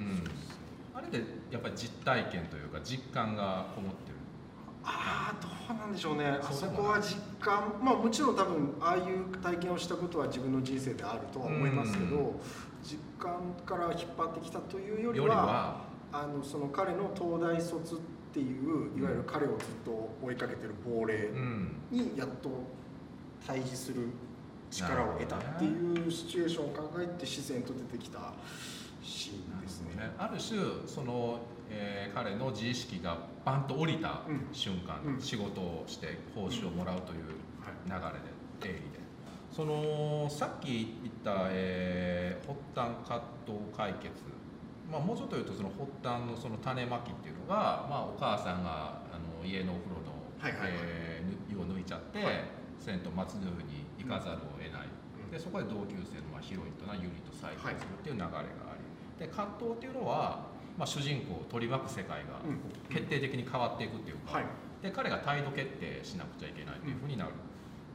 うん、あれでやっぱり実体験というか実感がこもってる。 ああ、どうなんでしょうね。あそこは実感、まあもちろん多分ああいう体験をしたことは自分の人生であるとは思いますけど、うん、実感から引っ張ってきたというよりは、よりはあのその彼の東大卒っていういわゆる彼をずっと追いかけてる亡霊にやっと対峙する力を得たっていうシチュエーションを考えて自然と出てきたシーンですね。 ある種その、えー、彼の自意識がバンと降りた瞬間、うん、仕事をして報酬をもらうという流れで、営利で、そのさっき言った、えー、発端葛藤解決、まあ、もうちょっと言うとその発端のその種まきっていうのが、まあ、お母さんがあの家のお風呂の、はいはいはい、えー、湯を抜いちゃって、はい、銭湯松の湯に行かざるを得ない、うん、でそこで同級生のまあヒロインとなユリと再会するっていう流れがあり、で葛藤っていうのは、まあ、主人公を取り巻く世界が決定的に変わっていくっていうか、うん、はい、で彼が態度決定しなくちゃいけないというふうになる。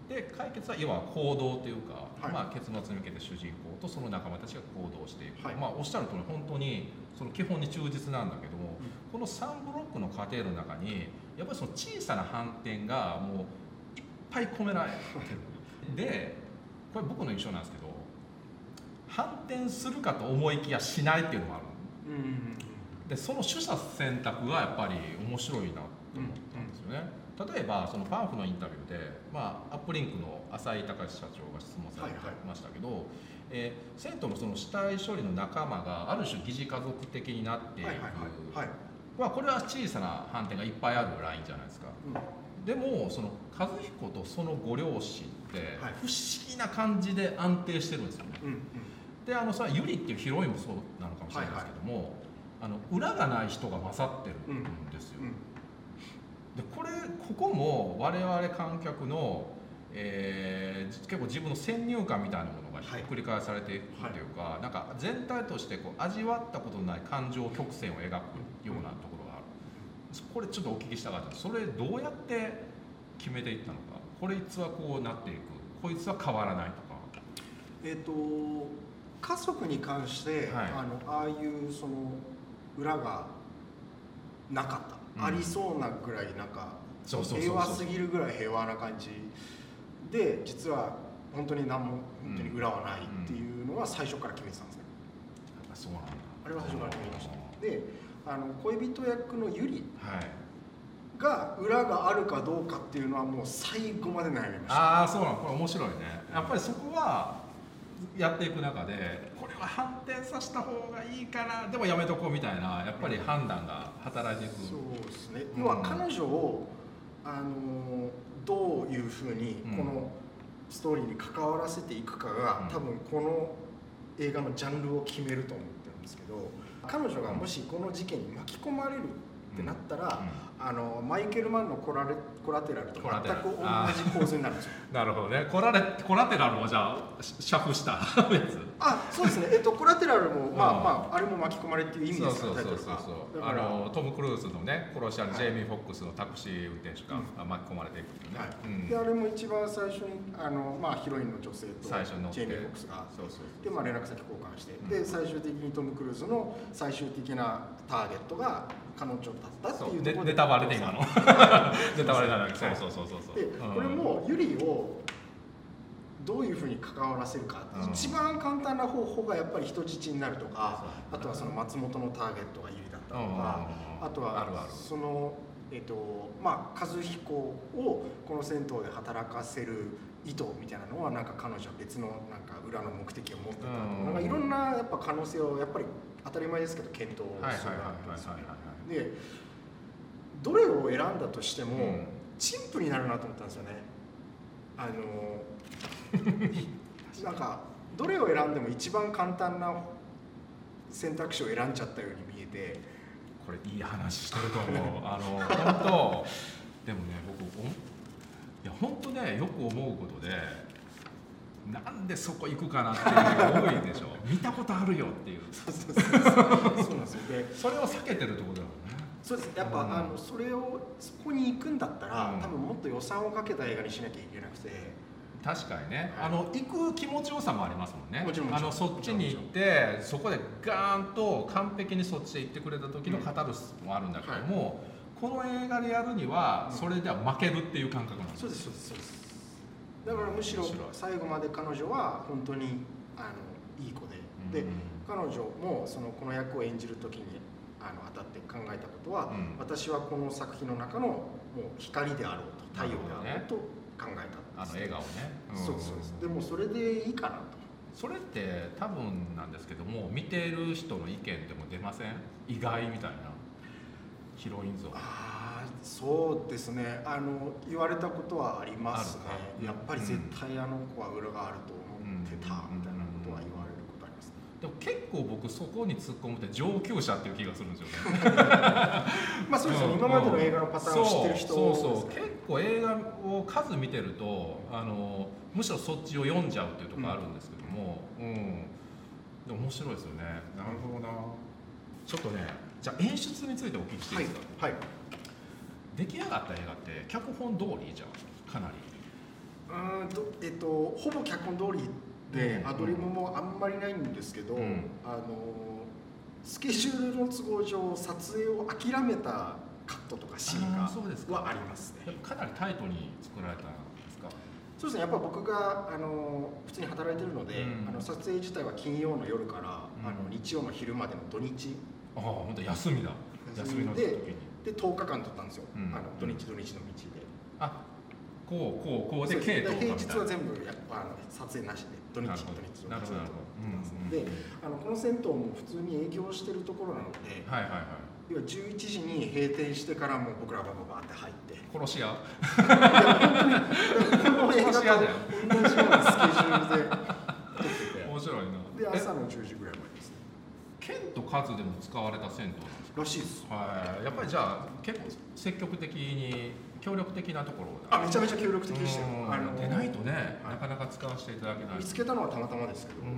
で解決は要は行動というか、 はい、 まあ、結末に向けて主人公とその仲間たちが行動していく、 はい、 まあ、おっしゃる通り本当にその基本に忠実なんだけども、うん、このさんブロックの過程の中にやっぱりその小さな反転がもういっぱい込められてるでこれ僕の印象なんですけど反転するかと思いきやしないっていうのもある、うん、でその取捨選択がやっぱり面白いなと思ったんですよね、うん、例えばそのパンフのインタビューで、まあ、アップリンクの浅井隆社長が質問されてましたけど、はいはい、えー、生徒のその死体処理の仲間がある種疑似家族的になっていく、はいはいはい、まあ、これは小さな反転がいっぱいあるラインじゃないですか、うん、でもその和彦とそのご両親って不思議な感じで安定してるんですよね、うんうん、であのさゆりっていうヒロインもそうなのかもしれないですけども、はいはい、あの裏がない人が勝ってるんですよ、うんうん、でこれここも我々観客の、えー、結構自分の先入観みたいなものがひっくり返されていくというか、はいはい、なんか全体としてこう味わったことのない感情曲線を描くようなところがある、これちょっとお聞きしたかった。それどうやって決めていったのか、こいつはこうなっていく、こいつは変わらないとか。 えっと家族に関して、はい、あのああいうその裏がなかった、うん、ありそうなぐらいなんか平和すぎるぐらい平和な感じで、実は本当に何も本当に裏はないっていうのは最初から決めてたんですね、 うん、そうなんだ。 あれは最初から決めました。であの恋人役のゆりが裏があるかどうかっていうのはもう最後まで悩みました。 ああそうなの、これ面白いね。やっぱりそこはやっていく中でこれは反転させた方がいいかな、でもやめとこうみたいなやっぱり判断が働いていく、うん、 そうですね、要は彼女をあのどういうふうにこのストーリーに関わらせていくかが、うん、多分この映画のジャンルを決めると思ってるんですけど、彼女がもしこの事件に巻き込まれるってなったら、うん、あのマイケル・マンのコラレコラテラルと全く同じ構図になるんですよ。 なるほどね。コラレコラテラルもじゃあシャフしたやつ。 あ、そうですね。えっとコラテラルもまあまああれも巻き込まれっていう意味ですから。 そうそうそうそうそう。あのトム・クルーズのね殺し屋のジェイミー・フォックスのタクシー運転手が巻き込まれていくっていうね。はいうん、 であれも一番最初にあのまあヒロインの女性とジェイミー・フォックスがそうそうそうでまあ連絡先交換して、うん、で最終的にトム・クルーズの最終的なターゲットが彼女だったっていうところで。 ネタバレで今の。ネタバレじゃない。そうそうそうそうそう。 で、うん、これもユリをどういうふうに関わらせるか、うん、一番簡単な方法がやっぱり人質になるとか、あとはその松本のターゲットがユリだったとか、あとはそのえっとまあ和彦をこの銭湯で働かせる意図みたいなのはなんか彼女は別のなんか裏の目的を持ってたとか、なんかいろんなやっぱ可能性をやっぱり当たり前ですけど検討するわけですよね。でどれを選んだとしても、うん、陳腐になるなと思ったんですよね。あのなんかどれを選んでも一番簡単な選択肢を選んじゃったように見えて、 これいい話してると思う。あの本当でもね僕いや本当ねよく思うことで、なんでそこ行くかなっていうのが多いでしょ。見たことあるよっていう。 そうそうそうそうなんですよ。 でそれを避けてるってことだよね。 そうです。やっぱ、うん、あのそれをそこに行くんだったら、うん、多分もっと予算をかけた映画にしなきゃいけなくて。 確かにね、はい、あの行く気持ちよさもありますもんね。 もちろんあのそっちに行ってそこでガーンと完璧にそっちへ行ってくれた時のカタルスもあるんだけども、うんはい、この映画でやるにはそれでは負けるっていう感覚なんです。 そうですそうですそうです。だからむしろ最後まで彼女は本当にあのいい子で、うん、で彼女もそのこの役を演じる時にあの当たって考えたことは、うん、私はこの作品の中のもう光であろうと太陽であろうと考えた。 あの笑顔ね、 うん、そうそうです。でもそれでいいかなと。 それって多分なんですけども、見てる人の意見でも出ません？意外みたいなヒロイン像。 ああそうですね、あの言われたことはありますね。やっぱり絶対あの子は裏があると思ってたみたいなことは言われることあります、ね、 でも結構僕そこに突っ込むって上級者っていう気がするんですよね。 まあそうですよね、うん、今までの映画のパターンを知ってる人、 そうそうそう、結構映画を数見てるとあのむしろそっちを読んじゃうっていうところあるんですけども、うん、うん、でも面白いですよね。なるほどな。ちょっとね、じゃあ演出についてお聞きしていいですか？はい、はい、出来上がった映画って脚本通りじゃん、かなり。 ううんと、えっと、ほぼ脚本通りで、アドリブもあんまりないんですけど、うん、あのスケジュールの都合上撮影を諦めたカットとかシーンがはありますね。 かなりタイトに作られたんですか？ そうですね、やっぱ僕があの普通に働いてるので、うん、あの撮影自体は金曜の夜から、うん、あの日曜の昼までの土日、 ああ本当休みだ、休みの時にでとおかかん撮ったんですよ、うん、あの土日土日の道で、 あこうこうこうで系統平日は全部やっぱあの撮影なしで土日土日土日なるほどなるほど、 であのこの銭湯も普通に営業してるところなので、 はいはいはい、 要はじゅういちじに閉店してからもう僕らがバババって入って殺し屋この映画と同じようなスケジュールで撮ってて面白いな。 で朝のじゅうじぐらいまでですね。 剣と数でも使われた銭湯なんですからしいです。 はい、やっぱりじゃあ結構積極的に協力的なところ、 あめちゃめちゃ協力的でしたよ。 あの出ないとね、はい、なかなか使わせていただけない。 見つけたのはたまたまですけど、 うん、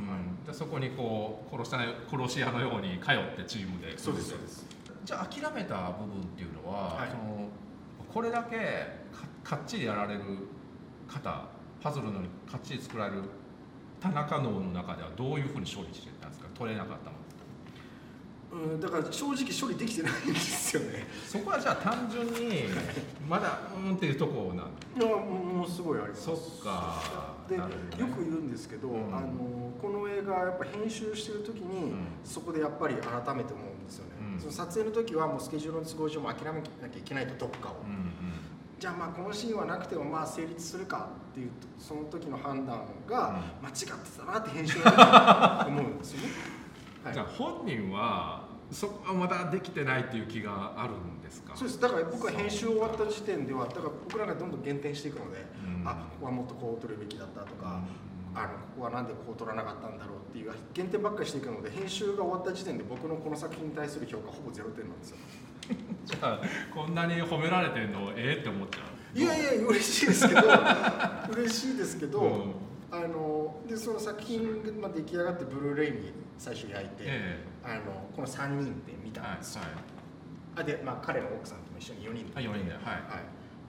はい、でそこにこう殺した殺し屋のように通ってチームで。 そうですそうです。 じゃあ諦めた部分っていうのは、はい、そのこれだけ か, かっちりやられる方、パズルのようにかっちり作られる田中脳の中ではどういうふうに処理してたんですか？取れなかったもの。 うん、だから正直処理できてないんですよね。 そこはじゃあ単純にまだうんっていうところなんいやもうすごいあります。 そっか。 で、ね、よく言うんですけど、うん、あのこの映画やっぱ編集してる時に、うん、そこでやっぱり改めて思うんですよね、うん、その撮影の時はもうスケジュールの都合上も諦めなきゃいけないとどっかを、うんうん、じゃあまあこのシーンはなくてもまあ成立するかっていうその時の判断が間違ってたなって編集の時に思うんですよね。 はい、じゃあ本人はそこはまだできてないっていう気があるんですか？ そうです。だから僕は編集終わった時点ではだから僕らがどんどん減点していくので、うん、あここはもっとこう取るべきだったとか、うん、あのここはなんでこう取らなかったんだろうっていう減点ばっかりしていくので、編集が終わった時点で僕のこの作品に対する評価ほぼゼロてんなんですよ。 じゃあこんなに褒められてるのええって思っちゃう？ いやいや嬉しいですけど嬉しいですけど、うん、あのでその作品が出来上がってブルーレイに最初焼いて、ええ、あのこのさんにんで見たんですよ、はいはい、あで、まあ、彼の奥さんとも一緒によにんで、 はい、よにんで、はいはい、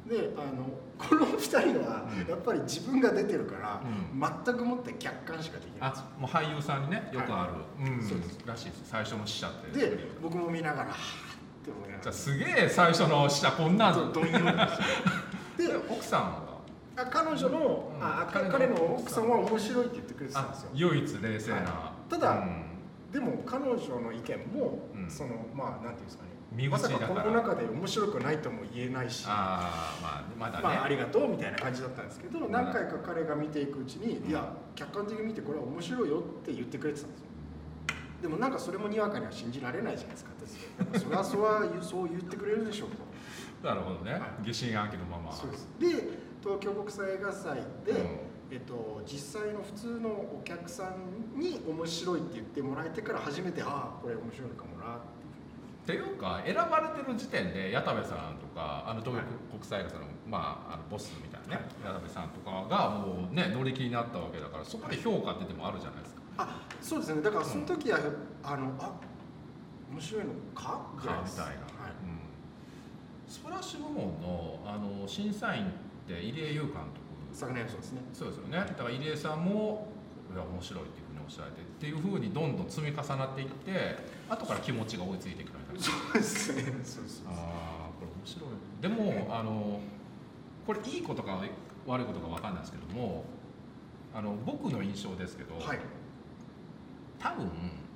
であのこのふたりはやっぱり自分が出てるから、うん、全くもって客観しかできないんですよ。 あもう俳優さんにねよくある、はい、うん、 そうですらしいです。最初の死者ってで僕も見ながらはぁって思いながら、 じゃあすげえ最初の死者こんなんどんよりですよ。 で奥さんはあ彼女の、うん、あ彼の奥さんは面白いって言ってくれてたんですよ。 唯一冷静な、はい、 ただ、うん、でも彼女の意見も、うん、そのまあなんていうんですかね、まさかこの中で面白くないとも言えないし、 あ、まあまだね、 まあ、ありがとうみたいな感じだったんですけど、何回か彼が見ていくうちに、うん、いや客観的に見てこれは面白いよって言ってくれてたんですよ。でもなんかそれもにわかには信じられないじゃないですか。私それはそれはそう言ってくれるでしょうと。 なるほどね、はい、疑心暗鬼のまま。 そうです。で東京国際映画祭で、うん、えっと、実際の普通のお客さんに面白いって言ってもらえてから初めて、ああこれ面白いのかもなっていう。 っていうか選ばれてる時点で矢田部さんとかあの東京国際映画祭の、まあ、あのボスみたいなね、はい、矢田部さんとかがもうね乗り気になったわけだから、そこで評価ってでもあるじゃないですか。 あ、そうですね。だからその時は、うん、あのあ面白いのかぐらいです。 みたいな、はい、うん、スプラッシュ部門のあの審査員って入江優監督、 昨年そうですね。 そうですよね。だから入江さんもこれは面白いっていうふうにおっしゃられてっていうふうにどんどん積み重なっていって後から気持ちが追いついてきたみたいな。 そうですね。そうです。 ああこれ面白い。でもあのこれいいことか悪いことか分かんないですけども、あの僕の印象ですけど、はい、多分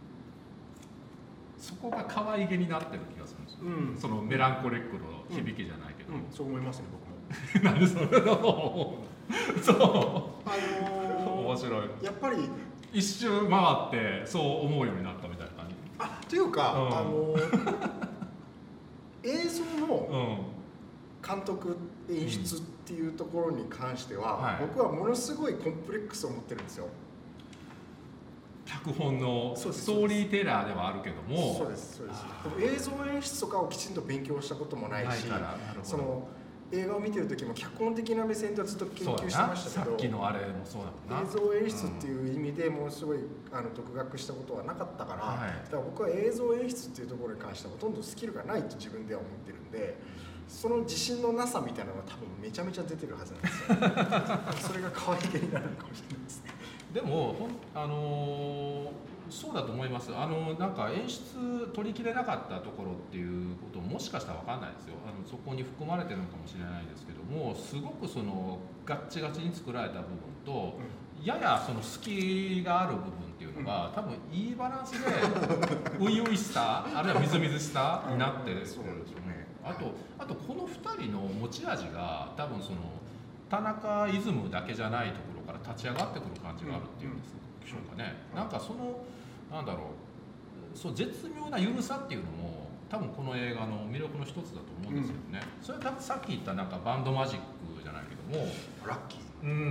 そこが可愛げになってる気がするんですよ、うん、そのメランコリックの響きじゃないけど、 うんうん、そう思いますね僕も。 なんでそれのそう、 あのー、 面白い。 やっぱり一周回ってそう思うようになったみたいな感じ。 あというか、うん、あのー、映像の監督演出っていうところに関しては、うん、はい、僕はものすごいコンプレックスを持ってるんですよ。 脚本のストーリーテラーではあるけども、 そうですそうです。映像演出とかをきちんと勉強したこともないし、その映画を見てる時も脚本的な目線ではずっと研究してましたけど、 さっきのあれもそうだもんな。 映像演出っていう意味でものすごいあの独学したことはなかったから、はい、だから僕は映像演出っていうところに関してはほとんどスキルがないと自分では思ってるんで、 その自信のなさみたいなのが多分めちゃめちゃ出てるはずなんですよそれが可愛げになるかもしれないですね。 でもほんあのーそうだと思います。あのなんか演出取りきれなかったところっていうことももしかしたら分かんないですよ。あのそこに含まれてるのかもしれないですけども、すごくそのガッチガチに作られた部分と、うん、ややその隙がある部分っていうのが、うん、多分いいバランスで初々しさあるいはみずみずしさになってるんですよね。あとあとこのふたりの持ち味が多分その田中イズムだけじゃないところから立ち上がってくる感じがあるっていうんですでしょうかね。なんかそのなんだろう、そう絶妙な緩さっていうのも多分この映画の魅力の一つだと思うんですけどね、うん、それだってさっき言ったなんかバンドマジックじゃないけどもラッキー、 うん、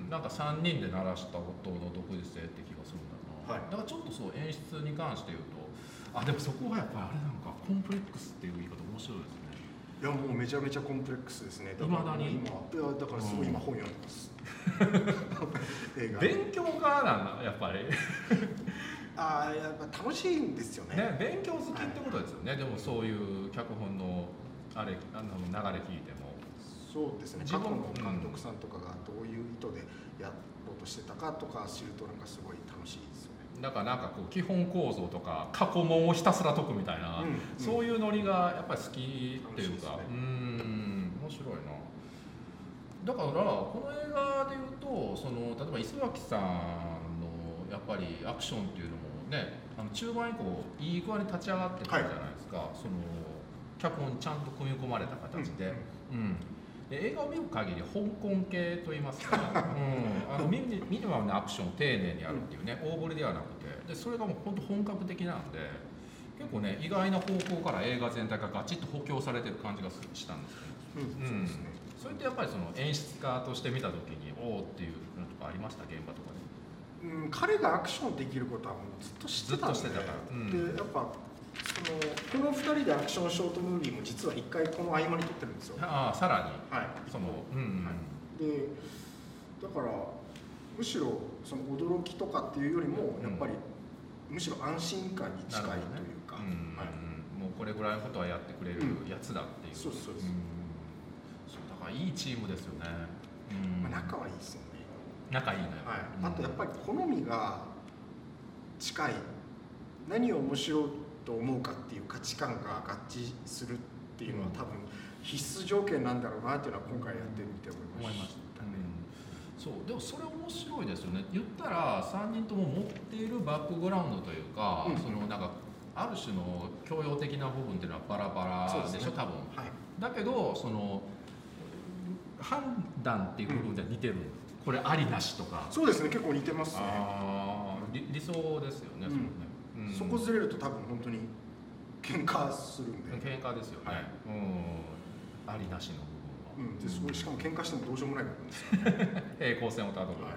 なんかさんにんで鳴らした音の独自性って気がするんだな、はい、だからちょっとそう演出に関して言うと、あでもそこはやっぱりあれなんかコンプレックスっていう言い方面白いですね。 いやもうめちゃめちゃコンプレックスですね。 いまだに今いやだからすごい今本読んでます、 うん、映画勉強家なんだやっぱりああやっぱ楽しいんですよね。 ね勉強好きってことですよね、はい、でもそういう脚本のあれあの流れ聞いてもそうですね。過去の監督さんとかがどういう意図でやろうとしてたかとか知るとなんかすごい楽しいですよね。 だからなんかこう基本構造とか過去問をひたすら解くみたいな、うんうん、そういうノリがやっぱり好きっていうか、ね、うん面白いな。だからこの映画でいうとその例えば磯脇さんのやっぱりアクションっていうのもねあの中盤以降いい具合に立ち上がってくるじゃないですか、はい、その脚本にちゃんと組み込まれた形で、うん、うんで映画を見る限り香港系といいますか、うん、あのミニミニマムなアクションを丁寧にやるっていうね、大振りではなくてでそれがもう本当本格的なので結構ね意外な方向から映画全体がガチッと補強されてる感じがしたんですね。うん、うん、そうですね。それってやっぱりその演出家として見た時におおっていうのとかありました現場とかで、 うん、彼がアクションできることはもうずっと知ってたんで、ずっとしてたから、うん、でやっぱそのこのふたりでアクションショートムービーも実はいっかいこの合間に撮ってるんですよ。 ああさらに、 はい、 その、うんうんはい、でだからむしろその驚きとかっていうよりもやっぱり、うん、むしろ安心感に近いというか、 ねうんはい、もうこれぐらいのことはやってくれるやつだっていう、うん、 そうそうです、うん、 そうだからいいチームですよね、 うんまあ、仲はいいですよね。 仲いいね、 はい、あとやっぱり好みが近い何を面白いと思うかっていう価値観が合致するっていうのは多分必須条件なんだろうなっていうのは今回やってみて思いましたね。 うん、そうでもそれ面白いですよね。言ったらさんにんとも持っているバックグラウンドというか、うん、そのなんかある種の教養的な部分っていうのはバラバラでしょ、ね、多分、はい、だけどその判断っていう部分では似てる、うん、これありなしとかそうですね結構似てますね。 あ理, 理想ですよね、うん、それね。 うん、そこずれると多分本当に喧嘩するんで喧嘩ですよね、はい、うんありなしの部分は、 うん、でそれしかも喧嘩してもどうしようもない部分ですから、ね、 平行線をたどる、はい、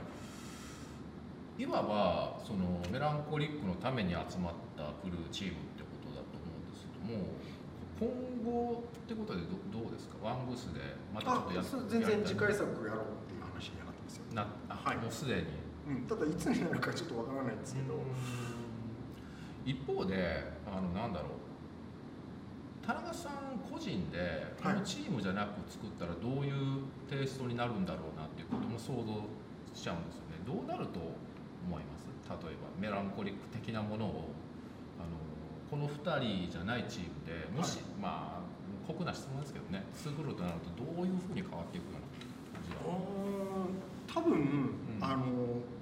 いわばそのメランコリックのために集まったクルーチームってことだと思うんですけども今後ってことで ど, どうですかワンブースでまたちょっとやって全然次回作やろうっていう話になったんですよなあ、はい、もうすでに、 うん、ただいつになるかちょっとわからないんですけど一方であのなんだろう田中さん個人でこのチームじゃなく作ったらどういうテイストになるんだろうなっていうことも想像しちゃうんですよね。どうなると思います？例えばメランコリック的なものをあのこのふたりじゃないチームでもし、はい、まあ酷な質問ですけどね作るとなるとどういうふうに変わっていくような感じが多分、うん、あの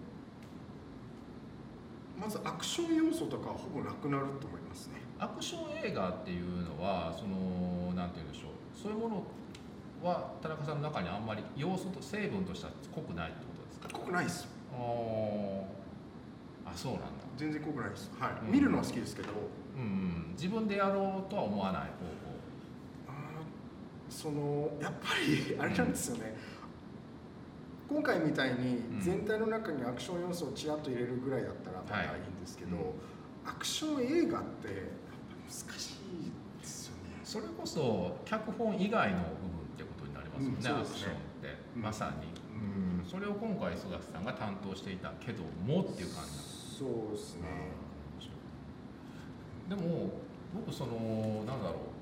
まずアクション要素とかはほぼなくなると思いますね。 アクション映画っていうのはそのなんて言うんでしょうそういうものは田中さんの中にあんまり要素と成分としては濃くないってことですか？ 濃くないです。 ああそうなんだ。 全然濃くないです。はい、うん、見るのは好きですけど、 うんうん、自分でやろうとは思わない方法。 あそのやっぱりあれなんですよね、うん、今回みたいに全体の中にアクション要素をちらっと入れるぐらいだったらまだいいんですけど、はいうん、アクション映画ってやっぱ難しいですよね。 それこそ脚本以外の部分ってことになりますよね、うん、アクションって、うん、まさに、うん、それを今回磯崎さんが担当していたけどもっていう感じなんです。 そうですね。 でも僕そのなんだろう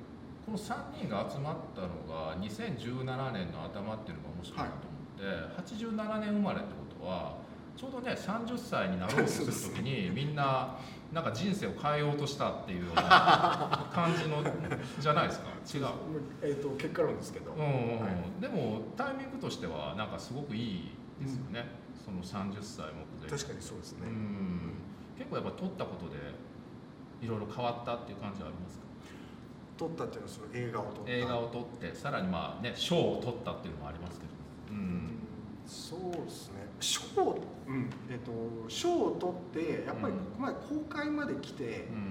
このさんにんが集まったのがにせんじゅうななねんの頭っていうのが面白いなと思って、はい、はちじゅうななねん生まれってことはちょうどねさんじゅっさいになろうとする時にみんななんか人生を変えようとしたっていうような感じのじゃないですか。違う。 えっ、ー、と結果論ですけど。 うんうんうんはい、でもタイミングとしてはなんかすごくいいですよね。うん、そのさんじゅっさい目前。 確かにそうですね。うん、 結構やっぱ取ったことでいろいろ変わったっていう感じはありますか。 撮ったっていうのはその映画を撮った映画を撮ってさらにまあね賞を取ったっていうのもありますけど、 うん、そうですね賞、うんえっと、賞を取ってやっぱり、うんまあ、公開まで来て、うん、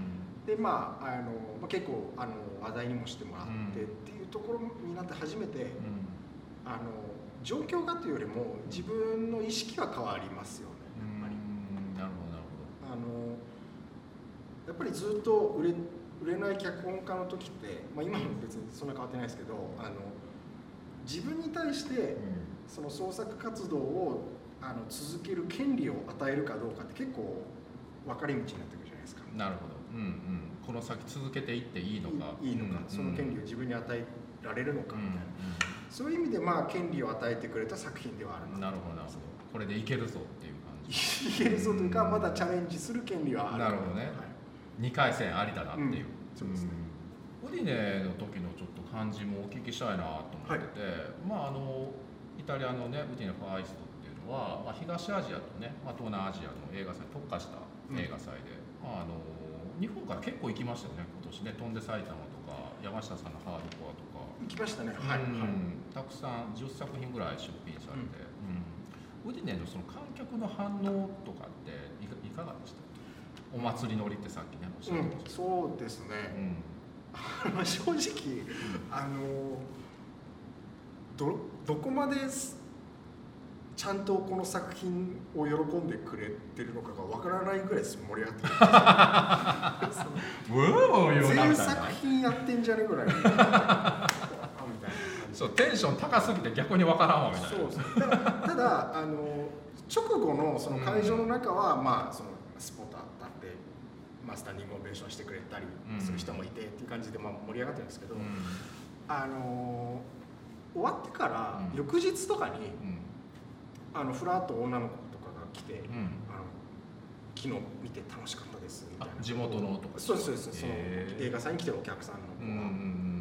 でまああの、まあ、結構あの話題にもしてもらって、うん、っていうところになって初めて、うん、あの状況がというよりも自分の意識が変わりますよねやっぱり、 うん、なるほどなるほど。 あのやっぱりずっと売れ売れない脚本家の時って、まあ、今も別にそんな変わってないですけどあの自分に対してその創作活動をあの続ける権利を与えるかどうかって結構分かれ道になってくるじゃないですか。 なるほど、うんうん、この先続けていっていいのかいいのか、うん、その権利を自分に与えられるのかみたいな、うんうん、そういう意味でまあ権利を与えてくれた作品ではあるな。なるほどなるほど。これでいけるぞっていう感じ。 いけるぞというかまだチャレンジする権利はある。 なるほどね、はい、にかい戦ありだなっていう、うん、 そうですね。 ウディネの時のちょっと感じもお聞きしたいなと思ってて、はい、まああのイタリアのねウディネファーイストっていうのは、まあ、東アジアとね、まあ、東南アジアの映画祭に特化した映画祭で、うんまあ、あの日本から結構行きましたよね今年ね。飛んで埼玉とか山下さんのハードコアとか行きましたね、はい、 うんはい、たくさんじゅっさくひんぐらい出品されて、うんうん、ウディネのその観客の反応とかっていか、いかがでした？お祭り乗りってさっきねおっしゃってました、 うん、そうですね、うん、正直、うん、あのどどこまでちゃんとこの作品を喜んでくれてるのかがわからないぐらい盛り上がってる全作品やってんじゃねぐらいみたいなそうテンション高すぎて逆にわからんわみたいな。 そうですただただあの直後のその会場の中は、うん、まあそのスポットあったんで、まあ、スタンディングオベーションしてくれたりする人もいてっていう感じで、まあ、盛り上がってるんですけど、うん、あの終わってから翌日とかに、うん、あのフラッと女の子とかが来て、うん、あの昨日見て楽しかったですみたいな。 地元のとかそうですそうです。その映画祭に来てるお客さんの子が、うん、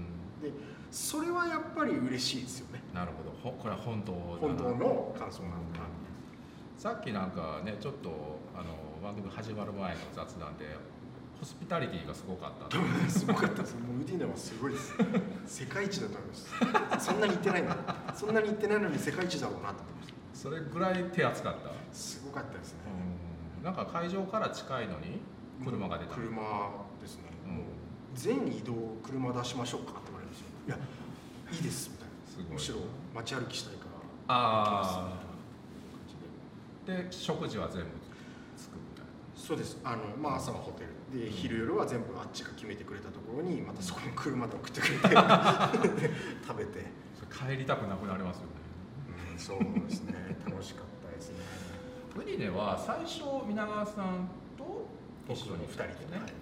でそれはやっぱり嬉しいですよね。 なるほど。これは本当本当の感想なのかな。 さっきなんかねちょっとあの番組始まる前の雑談でホスピタリティがすごかったすごかったです。もうウディネはすごいです世界一だと思いますそんなに言ってないのそんなに言ってないのに世界一だろうなと思いました。 それぐらい手厚かった。 すごかったですね。 うんなんか会場から近いのに車が出た、 うん、車ですね、うん、もう全移動車出しましょうかって言われるんですよ。いやいいですみたいな。すごいむしろ街歩きしたいから。 ああで食事は全部作るみたいな。 そうです。あの、まあ、朝はホテルで昼夜は全部あっちが決めてくれたところにまたそこの車で送ってくれて食べて帰りたくなくなりますよね。 うん、そうですね楽しかったですね。 ウディネは最初皆川さんと一緒にふたりでね、はい、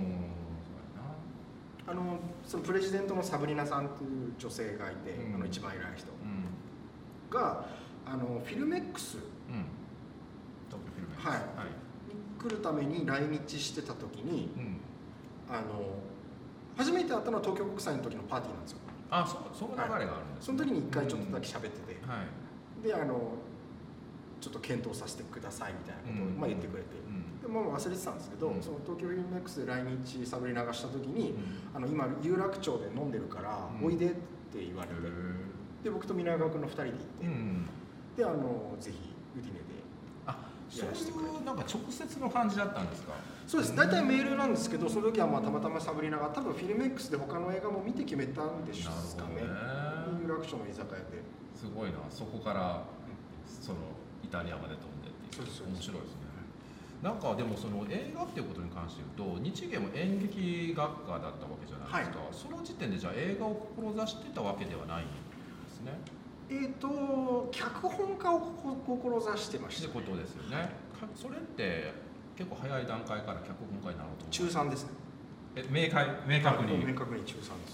あのそのプレジデントのサブリナさんという女性がいて、うん、あの一番偉い人、うん、があのフィルメックス、うんはい、はい、に来るために来日してた時に、うん、あの初めて会ったのは東京国際の時のパーティーなんですよ。 あ、そその流れがあるんです、ね、はい、 その時に一回ちょっとだけ喋ってて、 うんはい、 であのちょっと検討させてくださいみたいなことを、まあ、言ってくれて、うん、でも忘れてたんですけど、うん、その東京フィルメックスで来日サブリナがした時に、うん、あの今有楽町で飲んでるから、うん、おいでって言われて、で僕と皆川君のふたりで行って、うん、であのぜひウディネでそういうなんか直接の感じだったんですか。 そうです。大体メールなんですけど、その時はまあたまたまサブリナが多分フィルメックスで他の映画も見て決めたんでしょうかね。有楽町の居酒屋で。 すごいな。そこからそのイタリアまで飛んでっていう。そうです。面白いですね。なんかでもその映画っていうことに関して言うと、日芸も演劇学科だったわけじゃないですか。はい、その時点でじゃあ映画を志してたわけではないんですね。 えーと脚本家を志してました、 ね。ってことですよね。それって結構早い段階から脚本家になろうと。 中さんですね。 え明快明確に。 明確に中さんですね。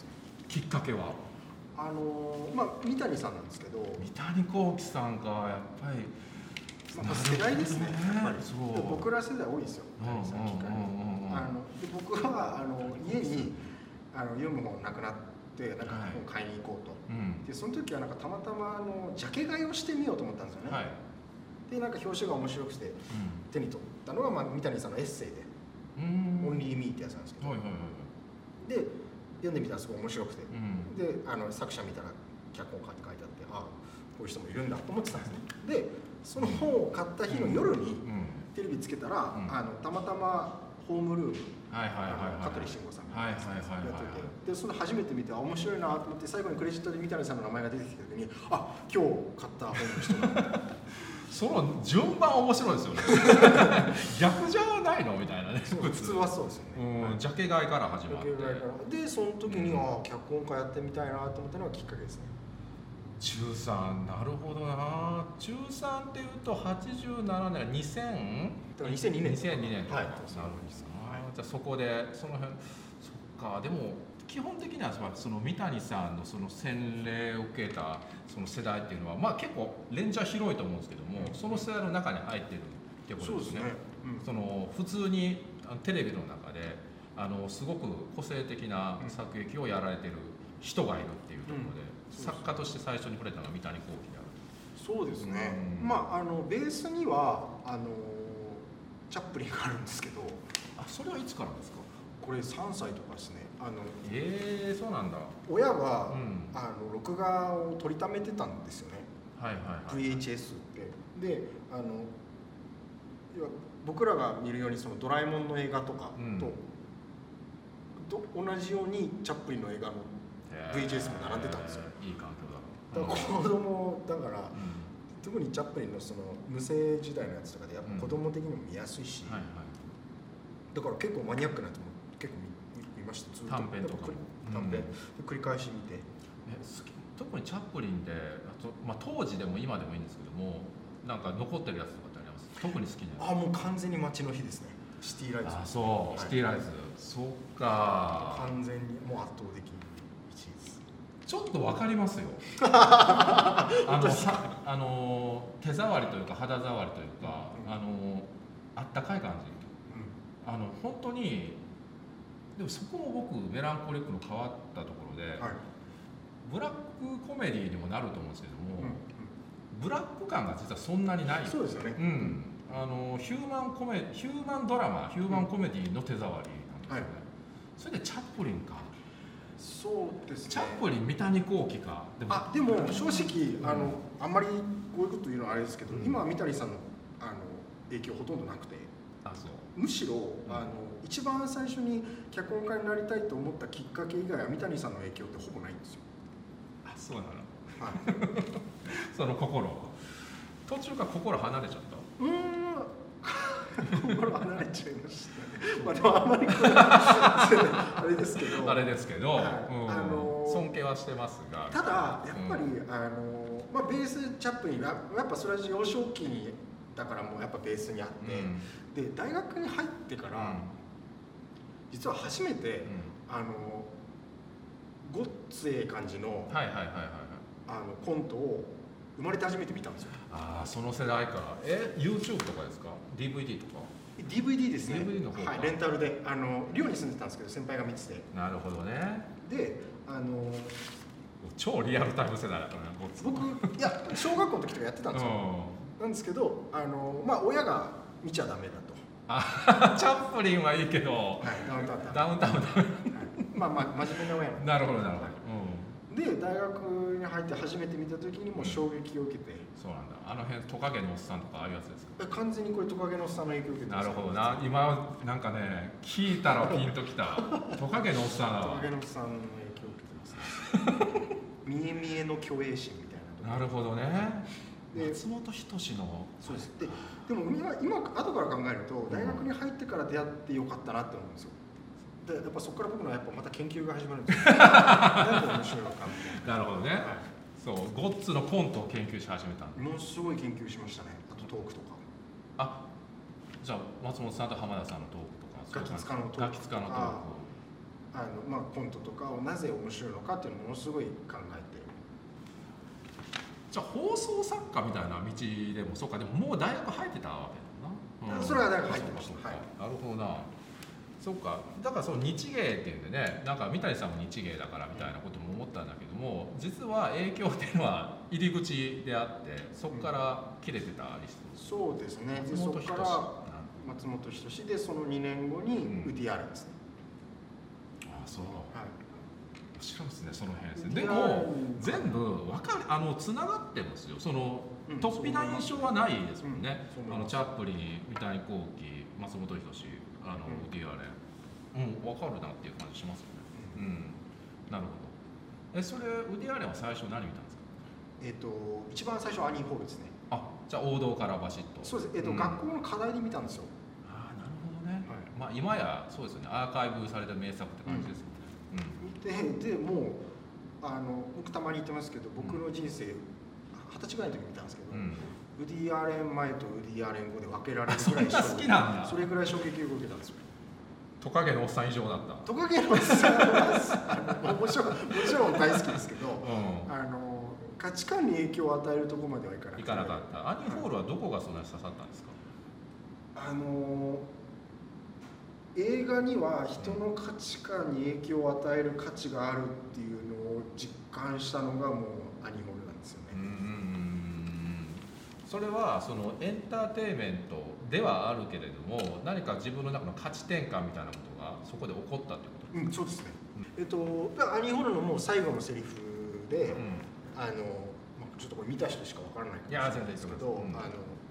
きっかけはあのまあ三谷さんなんですけど、 三谷幸喜さんがやっぱり、 まあ、世代ですね、やっぱりそう僕ら世代多いですよ、三谷さん聞かれる。で僕はあの家にあの読む本なくなってなんか本買いに行こうと、はい、でその時はなんかたまたまあのジャケ買いをしてみようと思ったんですよね、はい、でなんか表紙が面白くて手に取ったのが、まあ、三谷さんのエッセイで「オンリーミー」ってやつなんですけど、はいはいはい、で読んでみたらすごい面白くて、うん、であの作者見たら脚本家って書いてあって、ああこういう人もいるんだと思ってたんですね。でその本を買った日の夜にテレビつけたら、うん、あのたまたまホームルーム、香取慎吾さんがやってて、でそれ初めて見て面白いなと思って、最後にクレジットで三谷さんの名前が出てきた時に、あ今日買った本の人だその順番面白いですよね逆じゃないのみたいなね。 普通はそうですよね、 うん、ジャケ買いから始まって、 でその時に、うん、あ脚本家やってみたいなと思ったのがきっかけですね。 中さん、なるほどな。中さんっていうとはちじゅうななねん、にせんにせんにねんにせんにねんとか、はい、なるほど、 はい、 じゃあそこでその辺、そっか。でも基本的にはその三谷さんのその洗礼を受けたその世代っていうのは、まあ結構レンジャー広いと思うんですけども、うん、その世代の中に入ってるってことですね。そうですね、うん、その普通にテレビの中であのすごく個性的な作劇をやられてる人がいるっていうところで、うん作家として最初に触れたのが三谷幸喜である。 そうですね、うん、まああのベースにはあのチャップリンがあるんですけど、 あそれはいつからですか？ これさんさいとかですね。あのえー、そうなんだ。 親が、うん、あの録画を撮りためてたんですよね、はいはいはい、ブイエイチエス ってであの僕らが見るようにそのドラえもんの映画とかと、うん、と同じようにチャップリンの映画のブイエイチエス も並んでたんですよ。 いい環境だ。だから子供だから、うん、特にチャップリンのその無声時代のやつとかでやっぱ子供的にも見やすいし、うんはいはい、だから結構マニアックなやつも結構 見, 見ました。ずっと短編とかも短編、うん、繰り返し見て。 え好き特にチャップリンであと、まあ、当時でも今でもいいんですけども、なんか残ってるやつとかってあります？特に好きなやつ。 あもう完全に街の日ですね。シティライズ。 あそう、はい、シティライズ。そっか。 完全にもう圧倒的。 ちょっと分かりますよあのはあの手触りというか肌触りというか、うん、あのあったかい感じ、うん、あの本当に。でもそこも僕メランコリックの変わったところで、はい、ブラックコメディにもなると思うんですけども、うんうん、ブラック感が実はそんなにない。 そうですよね、 うん、あのヒューマンコメヒューマンドラマヒューマンコメディの手触りなんですよね、はい、それでチャップリンか。 そうですね。 チャップリン三谷幸喜か。 でもあでも正直、うん、あのあんまりこういうこと言うのはあれですけど、うん、今は三谷さんのあの影響ほとんどなくて、 あそうむしろ、うん、あの一番最初に脚本家になりたいと思ったきっかけ以外は三谷さんの影響ってほぼないんですよ。 あそうなの。はい。その心途中から心離れちゃった。 うーん心離れちゃいましたね。まあでもあんまりあれですけどあれですけど、はいうんあのー、尊敬はしてますが、 ただやっぱり、うん、あのまあベースチャップリンやっぱそれは幼少期にだからもうやっぱベースにあって、うん、で大学に入ってから、うん、実は初めて、うん、あのごっつええ感じのコントを生まれて初めて見たんですよ。 ああその世代から。え YouTube とかですか？ ディーブイディー とか？ ディーブイディー ですね。 ディーブイディー の方か、 はい、レンタルであの寮に住んでたんですけど先輩が見てて。 なるほどね。 であの超リアルタイム世代だからね。 僕いや小学校の時とかやってたんですよ。なんですけどあのまあ親が見ちゃダメだと。 あチャップリンはいいけど、はい、 ダウンタウンダウンタウンダメ、はい、 まあまあ真面目な親なるほどなるほど、はいうん、で大学に入って初めて見た時にも衝撃を受けて、うん、 そうなんだ。あの辺トカゲのおっさんとかああいうやつですか？ 完全にこれトカゲのおっさんの影響を受けてます。 なるほどな。今なんかね聞いたらピンときたトカゲのおっさんだわ。 トカゲのおっさんの影響を受けてますね見え見えの虚栄心みたいな。 なるほどね。松本人志のそうです。ででも今今後から考えると大学に入ってから出会ってよかったなって思うんですよ。でやっぱそこから僕のやっぱまた研究が始まるんですよ。なんで面白いのかみたいな。 なるほどね。はい、そうゴッツのコントを研究し始めたんで。 ものすごい研究しましたね。あとトークとか。 あじゃあ松本さんと浜田さんのトークとか。 ガキ使のトーク。 ガキ使のトーク。 あの、まあ、コントとかをなぜ面白いのかっていうのをものすごい考えて。 じゃあ放送作家みたいな道でもそうか、でももう大学入ってたわけだな、 うん、それは大学入ってました。はい、 なるほどな。そうか、だからその日芸っていうんでね、なんか三谷さんも日芸だからみたいなことも思ったんだけども、実は影響っていうのは入り口であって、そこから切れてたリスト、うん、そうですね。でそこから松本人志で、そのにねんごにウディ・アレンですね、 うん、ああそう、はい、面白いですね、その辺ですね。 でも全部わかる、あのつながってますよ。その突飛な印象はないですもんね、うん、あのチャップリン、三谷幸喜、松本人志、あの、うん、ウディ・アレン、うん、分かるなっていう感じしますよね。うん、うん、なるほど。え、それウディ・アレンは最初何見たんですか？ えっ、ー、と一番最初アニー・ホールですね。 あ、じゃあ王道からバシッと。 そうです。えっ、ー、と、うん、学校の課題で見たんですよ。 ああ、なるほどね。はい、まあ今やそうですよね。アーカイブされた名作って感じですよね。 うん。うん、で、でもうあの僕たまに言ってますけど、僕の人生二十、歳ぐらいの時に見たんですけど。うん、ウディ・アレン前とウディ・アレン後で分けられるぐらい好きなんだ。 それぐらい衝撃を受けたんですよ。 トカゲのおっさん以上だった。 トカゲのおっさんはもちろんもちろん大好きですけど、うん、あの価値観に影響を与えるところまではいかなくて。 いかなかった。アニー・ホールはどこがそんなに刺さったんですか？ あの映画には人の価値観に影響を与える価値があるっていうのを実感したのがもうアニー・ホールなんですよね。うんうんうん、 それはそのエンターテインメントではあるけれども、何か自分の中の価値転換みたいなことがそこで起こったってことですか？ うん、そうですね。うん、えっとアニー・ホールのもう最後のセリフで、うん、あのちょっとこれ見た人しかわからないかもしれないですけど、うん、あの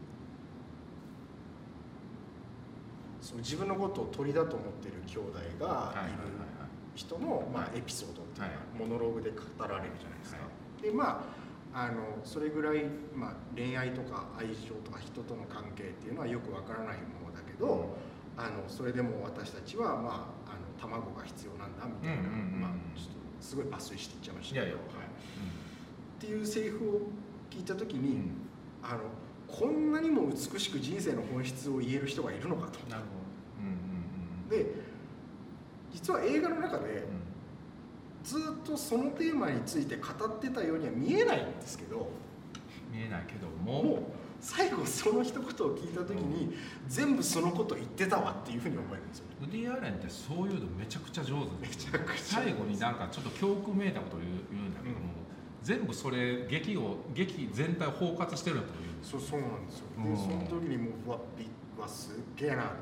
その自分のことを鳥だと思っている兄弟がいる人の、まあ、エピソードっていうか、モノローグで語られるじゃないですか。はい、でまああのそれぐらい、まあ、恋愛とか愛情とか人との関係っていうのはよくわからないものだけど、うん、あのそれでも私たちは、まあ、あの卵が必要なんだみたいな、まあ、ちょっとすごい抜粋していっちゃいましたけど、はい、っていうセリフを聞いた時に、うん、あのこんなにも美しく人生の本質を言える人がいるのかと。なるほど、うんうんうん、で実は映画の中で、うんずっとそのテーマについて語ってたようには見えないんですけど、 見えないけども、 もう最後その一言を聞いた時に、うん、全部そのこと言ってたわっていうふうに思えるんですよ。 ウディ・アレンってそういうのめちゃくちゃ上手です。 めちゃくちゃ最後になんかちょっと教訓めいたことを言う、言うんだけども、うん、全部それ劇を劇全体を包括してるんだと言うんですよ。 そうそうなんですよ。で、うん、その時にもううわビッわすっげえなって。はい。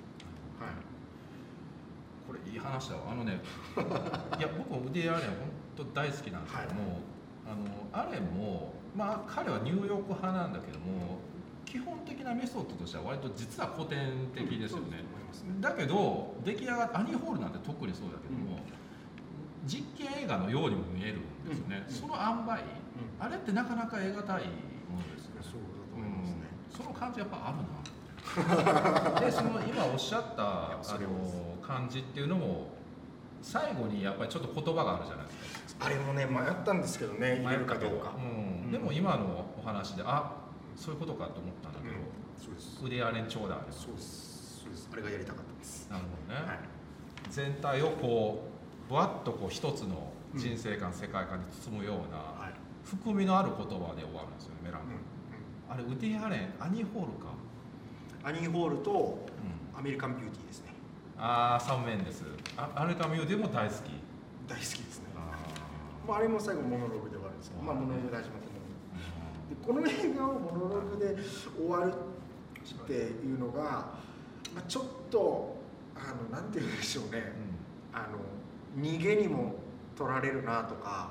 これいい話だわ。あのねいや僕もウディ・アレン本当大好きなんですけども、はい、あのアレンも、まあ、彼はニューヨーク派なんだけども、基本的なメソッドとしては割と実は古典的ですよね。うん、だけど出来上がってアニー・ホールなんて特にそうだけども、うん、実験映画のようにも見えるんですよね。うん、その塩梅、うん、あれってなかなか得難いものですよね。 そうだと思いますね。 うん、その感じやっぱあるな。でその今おっしゃったあの感じっていうのも最後にやっぱりちょっと言葉があるじゃないですか。 あれもね迷ったんですけどね、入れるかどうか、 うん、でも今のお話であそういうことかと思ったんだけど、うん、そうです。ウディ・アレン長男そうですそうです。あれがやりたかったです。 なるほどね、はい、全体をこうぶわっとこう一つの人生観、うん、世界観に包むような、はい、含みのある言葉で終わるんですよね、メランコリー、うんうん、あれウディ・アレンアニー・ホールかアニー・ホールとアメリカン・ビューティーですね。 うん、ああ、サム・メンデス。あアメリカン・ビューティーも大好き。 大好きですね。あ, まあ、あれも最後モノローグで終わるんですけど、まあ、モノローグで始まったモノローグで、この映画をモノローグで終わるっていうのが、まあ、ちょっとあのなんて言うんでしょうね、うん、あの逃げにも取られるなとか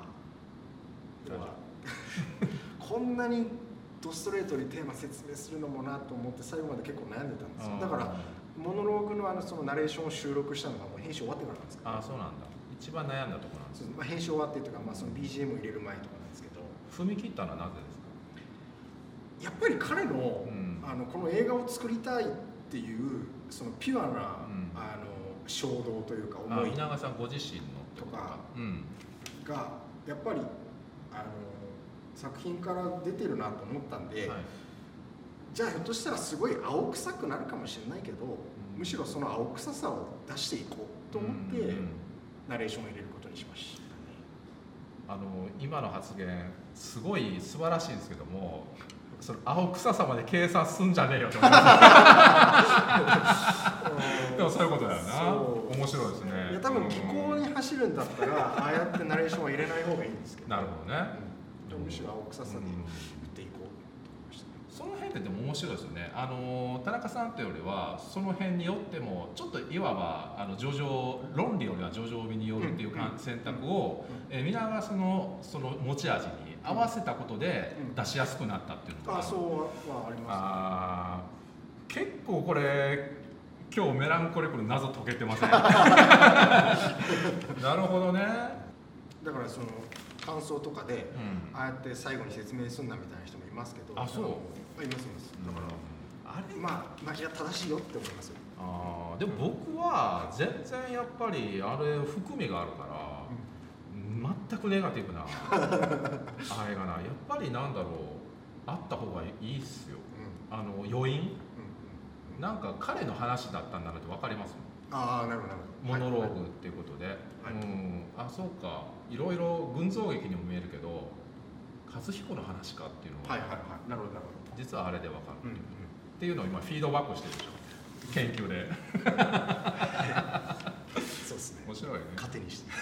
こんなにドストレートにテーマ説明するのもなと思って最後まで結構悩んでたんですよ。だからモノローグのあのそのナレーションを収録したのがもう編集終わってからなんですけど、 ああそうなんだ。一番悩んだところなんです、 まあ、編集終わってというか、まあ、その ビージーエム を入れる前とかなんですけど、 踏み切ったのはなぜですか？ やっぱり彼の、うん、あのこの映画を作りたいっていうそのピュアな、うん、あの衝動というか思い稲川さんご自身のとかがやっぱりあの作品から出てるなと思ったんで、はい、じゃあひょっとしたらすごい青臭くなるかもしれないけど、うん、むしろその青臭さを出していこうと思って、うんうん、 ナレーションを入れることにしましたね。 あの今の発言すごい素晴らしいんですけども、その青臭さまで計算すんじゃねえよと思いますでもそういうことだよな。面白いですね。 いや多分気候に走るんだったらああやってナレーションは入れない方がいいんですけど、 なるほどね、 うん、むしろ青臭さで打っていこうと思いましたね。 その辺ってでも面白いですよね。あの田中さんというよりはその辺によってもちょっといわばあの叙情論理よりは叙情美によるっていうか、うん、選択を、うん、え皆がそのその持ち味に合わせたことで出しやすくなったっていうのが、 うん、あそうはあります、ね、 あ結構これ今日メランコリックの謎解けてませんなるほどね。 だからその感想とかで、うん、ああやって最後に説明すんなみたいな人もいますけど、 あそういますいます。だから、あれまあまあいや正しいよって思いますよ。 あでも僕は全然やっぱりあれ含みがあるから、うん、全くネガティブなあれがなやっぱりなんだろうあった方がいいっすよ、うん、あの余韻、うん、なんか彼の話だったんだなって分かりますもん。 ああなるほどモノローグっていうことで、はいはい、うんあそうかいろいろ群像劇にも見えるけど和彦の話かっていうのは、 はいはいはい、なるほどなるほど実はあれで分かる、うんうん、っていうのを今フィードバックしてるでしょ研究でそうですね面白いね糧にして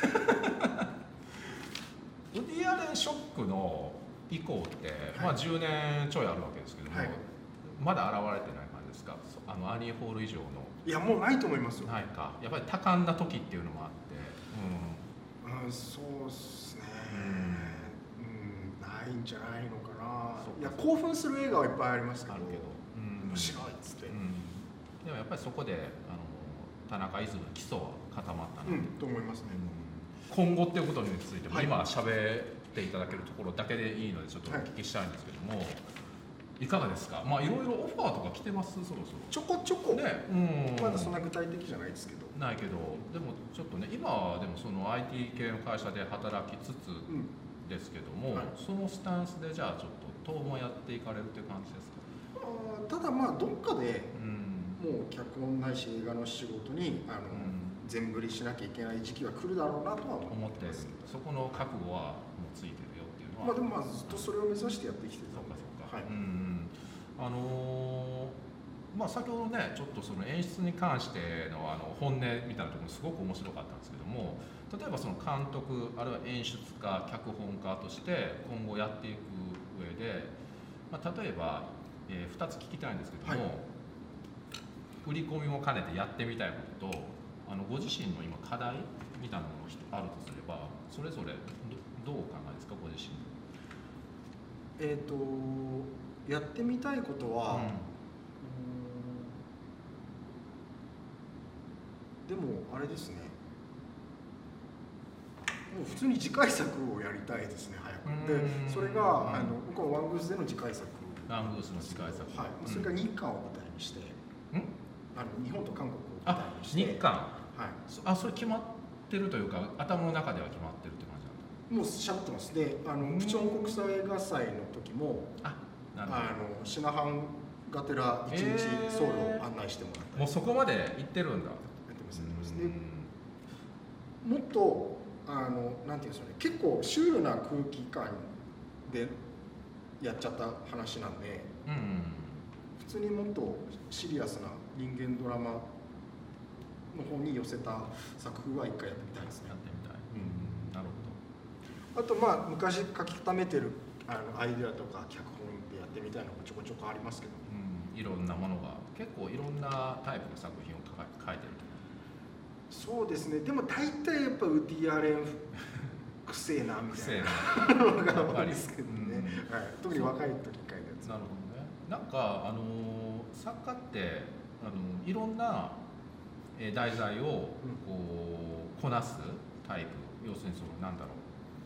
ウディアレンショックの以降って、はい、まあじゅうねんちょいあるわけですけども、はい、まだ現れてない感じですか。あのアニー・ホール以上のいやもうないと思いますよ。 ないかやっぱり多感な時っていうのもあって、 うん、うん、そうですね、うん、うん、ないんじゃないのかな。いや興奮する映画はいっぱいありますけど、あるけど、うん、面白いっつって、うん、 でもやっぱりそこであの田中イズムの基礎は固まったな、 うん、と思いますね、 うん、今後っていうことについても、はい、今喋っていただけるところだけでいいのでちょっとお聞きしたいんですけども、はい、いかがですか。まあいろいろオファーとか来てます。そろそろちょこちょこね、 うん、まだそんな具体的じゃないですけどないけど、でもちょっとね今はでもその アイティー 系の会社で働きつつですけども、うんはい、そのスタンスでじゃあちょっと当もやっていかれるっていう感じですか。 あただまあどっかで、うん、もう脚本ないし映画の仕事にあの、うん、全振りしなきゃいけない時期は来るだろうなとは思ってます。 そこの覚悟はもうついてるよっていうのは、 まあでもまあずっとそれを目指してやってきてたので、 そうかそうか、はい、うんあのー、まあ先ほどねちょっとその演出に関してのあの本音みたいなところすごく面白かったんですけども、例えばその監督あるいは演出家脚本家として今後やっていく上で、まあ、例えば、えー、ふたつ聞きたいんですけども、はい、売り込みも兼ねてやってみたいこととあのご自身の今課題みたいなものがあるとすればそれぞれ ど, どうお考えですかご自身。 えっ、ー、とやってみたいことは、うん、でもあれですねもう普通に次回作をやりたいですね早く。でそれがあの僕はワングースでの次回作ワングースの次回作、 はい、それが日韓を舞台にして、うん、あの日本と韓国を舞台にして日韓、はい、あそれ決まってるというか頭の中では決まってるって感じなんだ。 もうしゃべってます。であのプチョン国際映画祭の時もああのシナハンがてらいちにちソウルを案内してもらって、 えー、もうそこまで行ってるんだ。やってます。でもっとあのなんていうんですかね結構シュールな空気感でやっちゃった話なんで、うん、普通にもっとシリアスな人間ドラマの方に寄せた作風は一回やってみたいですね。 やってみたい。うん、なるほど。あとまあ昔書き溜めてるあのアイデアとか脚本でやってみたいのがちょこちょこありますけど、 うん、いろんなものが結構いろんなタイプの作品を書いてると。 そうですね。でも大体やっぱウディアレンくせえなみたいなのが多いですけどね、うんはい、特に若い時書いたやつ。 なるほどね。なんかあの作家ってあのいろんな題材をこうこなすタイプ、要するにそのなんだろう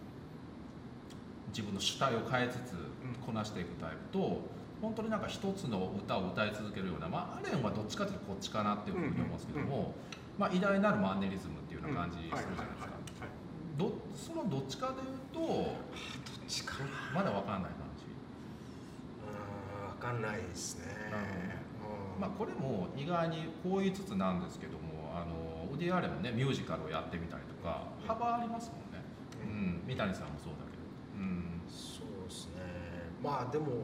自分の主体を変えつつこなしていくタイプと、本当になんか一つの歌を歌い続けるような、まあ、アレンはどっちかというとこっちかなっていうふうに思うんですけども、まあ、偉大なるマンネリズムっていうような感じするじゃないですか。どそのどっちかでいうとどっちかまだ分かんない感じ。 うん分かんないですね。 まあこれも意外にこう言いつつなんですけども、あのウブディ・アレンもねミュージカルをやってみたりとか幅ありますもんね、うん、三谷さんもそうだけど、うん、 そうですね。まあでも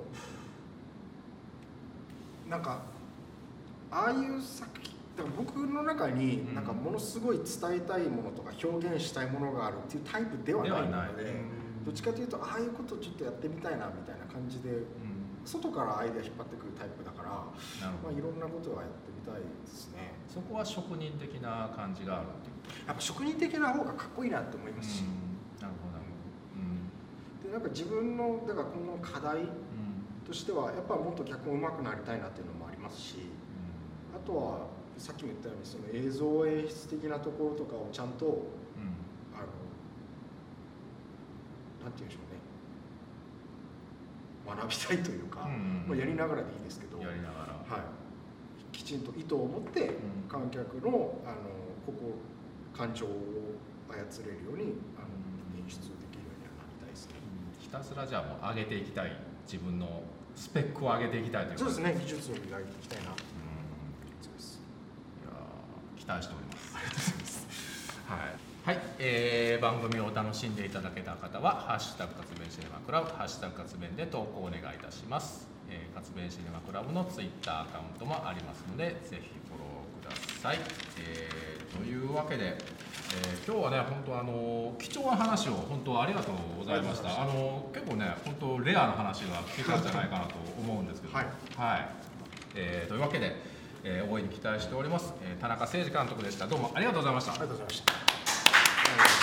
なんかああいう作品だから僕の中になんかものすごい伝えたいものとか表現したいものがあるっていうタイプではないので、どっちかというとああいうことをちょっとやってみたいなみたいな感じで、うん、外からアイデア引っ張ってくるタイプだから、まあ、いろんなことはやってみたいですね。 そこは職人的な感じがあるっていう。 やっぱ職人的な方がかっこいいなって思いますし、うん、 なるほどなるほど、うん、 でなんか自分のだから今後の課題としてはやっぱもっと脚本上手くなりたいなっていうのもありますし、うん、あとはさっきも言ったようにその映像演出的なところとかをちゃんと、うん、あのなんて言うんでしょうね、学びたいというか、うんうん、まあ、やりながらでいいですけど、 やりながら、 はい、きちんと意図を持って観客の、あのここ感情を操れるようにあの演出できるようにはなりたいですね。 うん、ひたすらじゃあもう上げていきたい、自分のスペックを上げていきたいという。 そうですね、技術を磨いていきたいな。うん、 そうです。いや期待しております。ありがとうございます。はい、はい、えー、番組を楽しんでいただけた方はハッシュタグ活弁シネマクラブ、ハッシュタグ活弁で投稿お願いいたします。えー、活弁シネマクラブのツイッターアカウントもありますので、ぜひフォローください。えー、というわけで、えー、今日はね、本当あの貴重な話を本当ありがとうございました。あの結構ね、本当レアな話が聞けたんじゃないかなと思うんですけど、はい、はい、えー、というわけで、えー、大いに期待しております。えー、田中誠二監督でした。どうもありがとうございました。 ありがとうございました。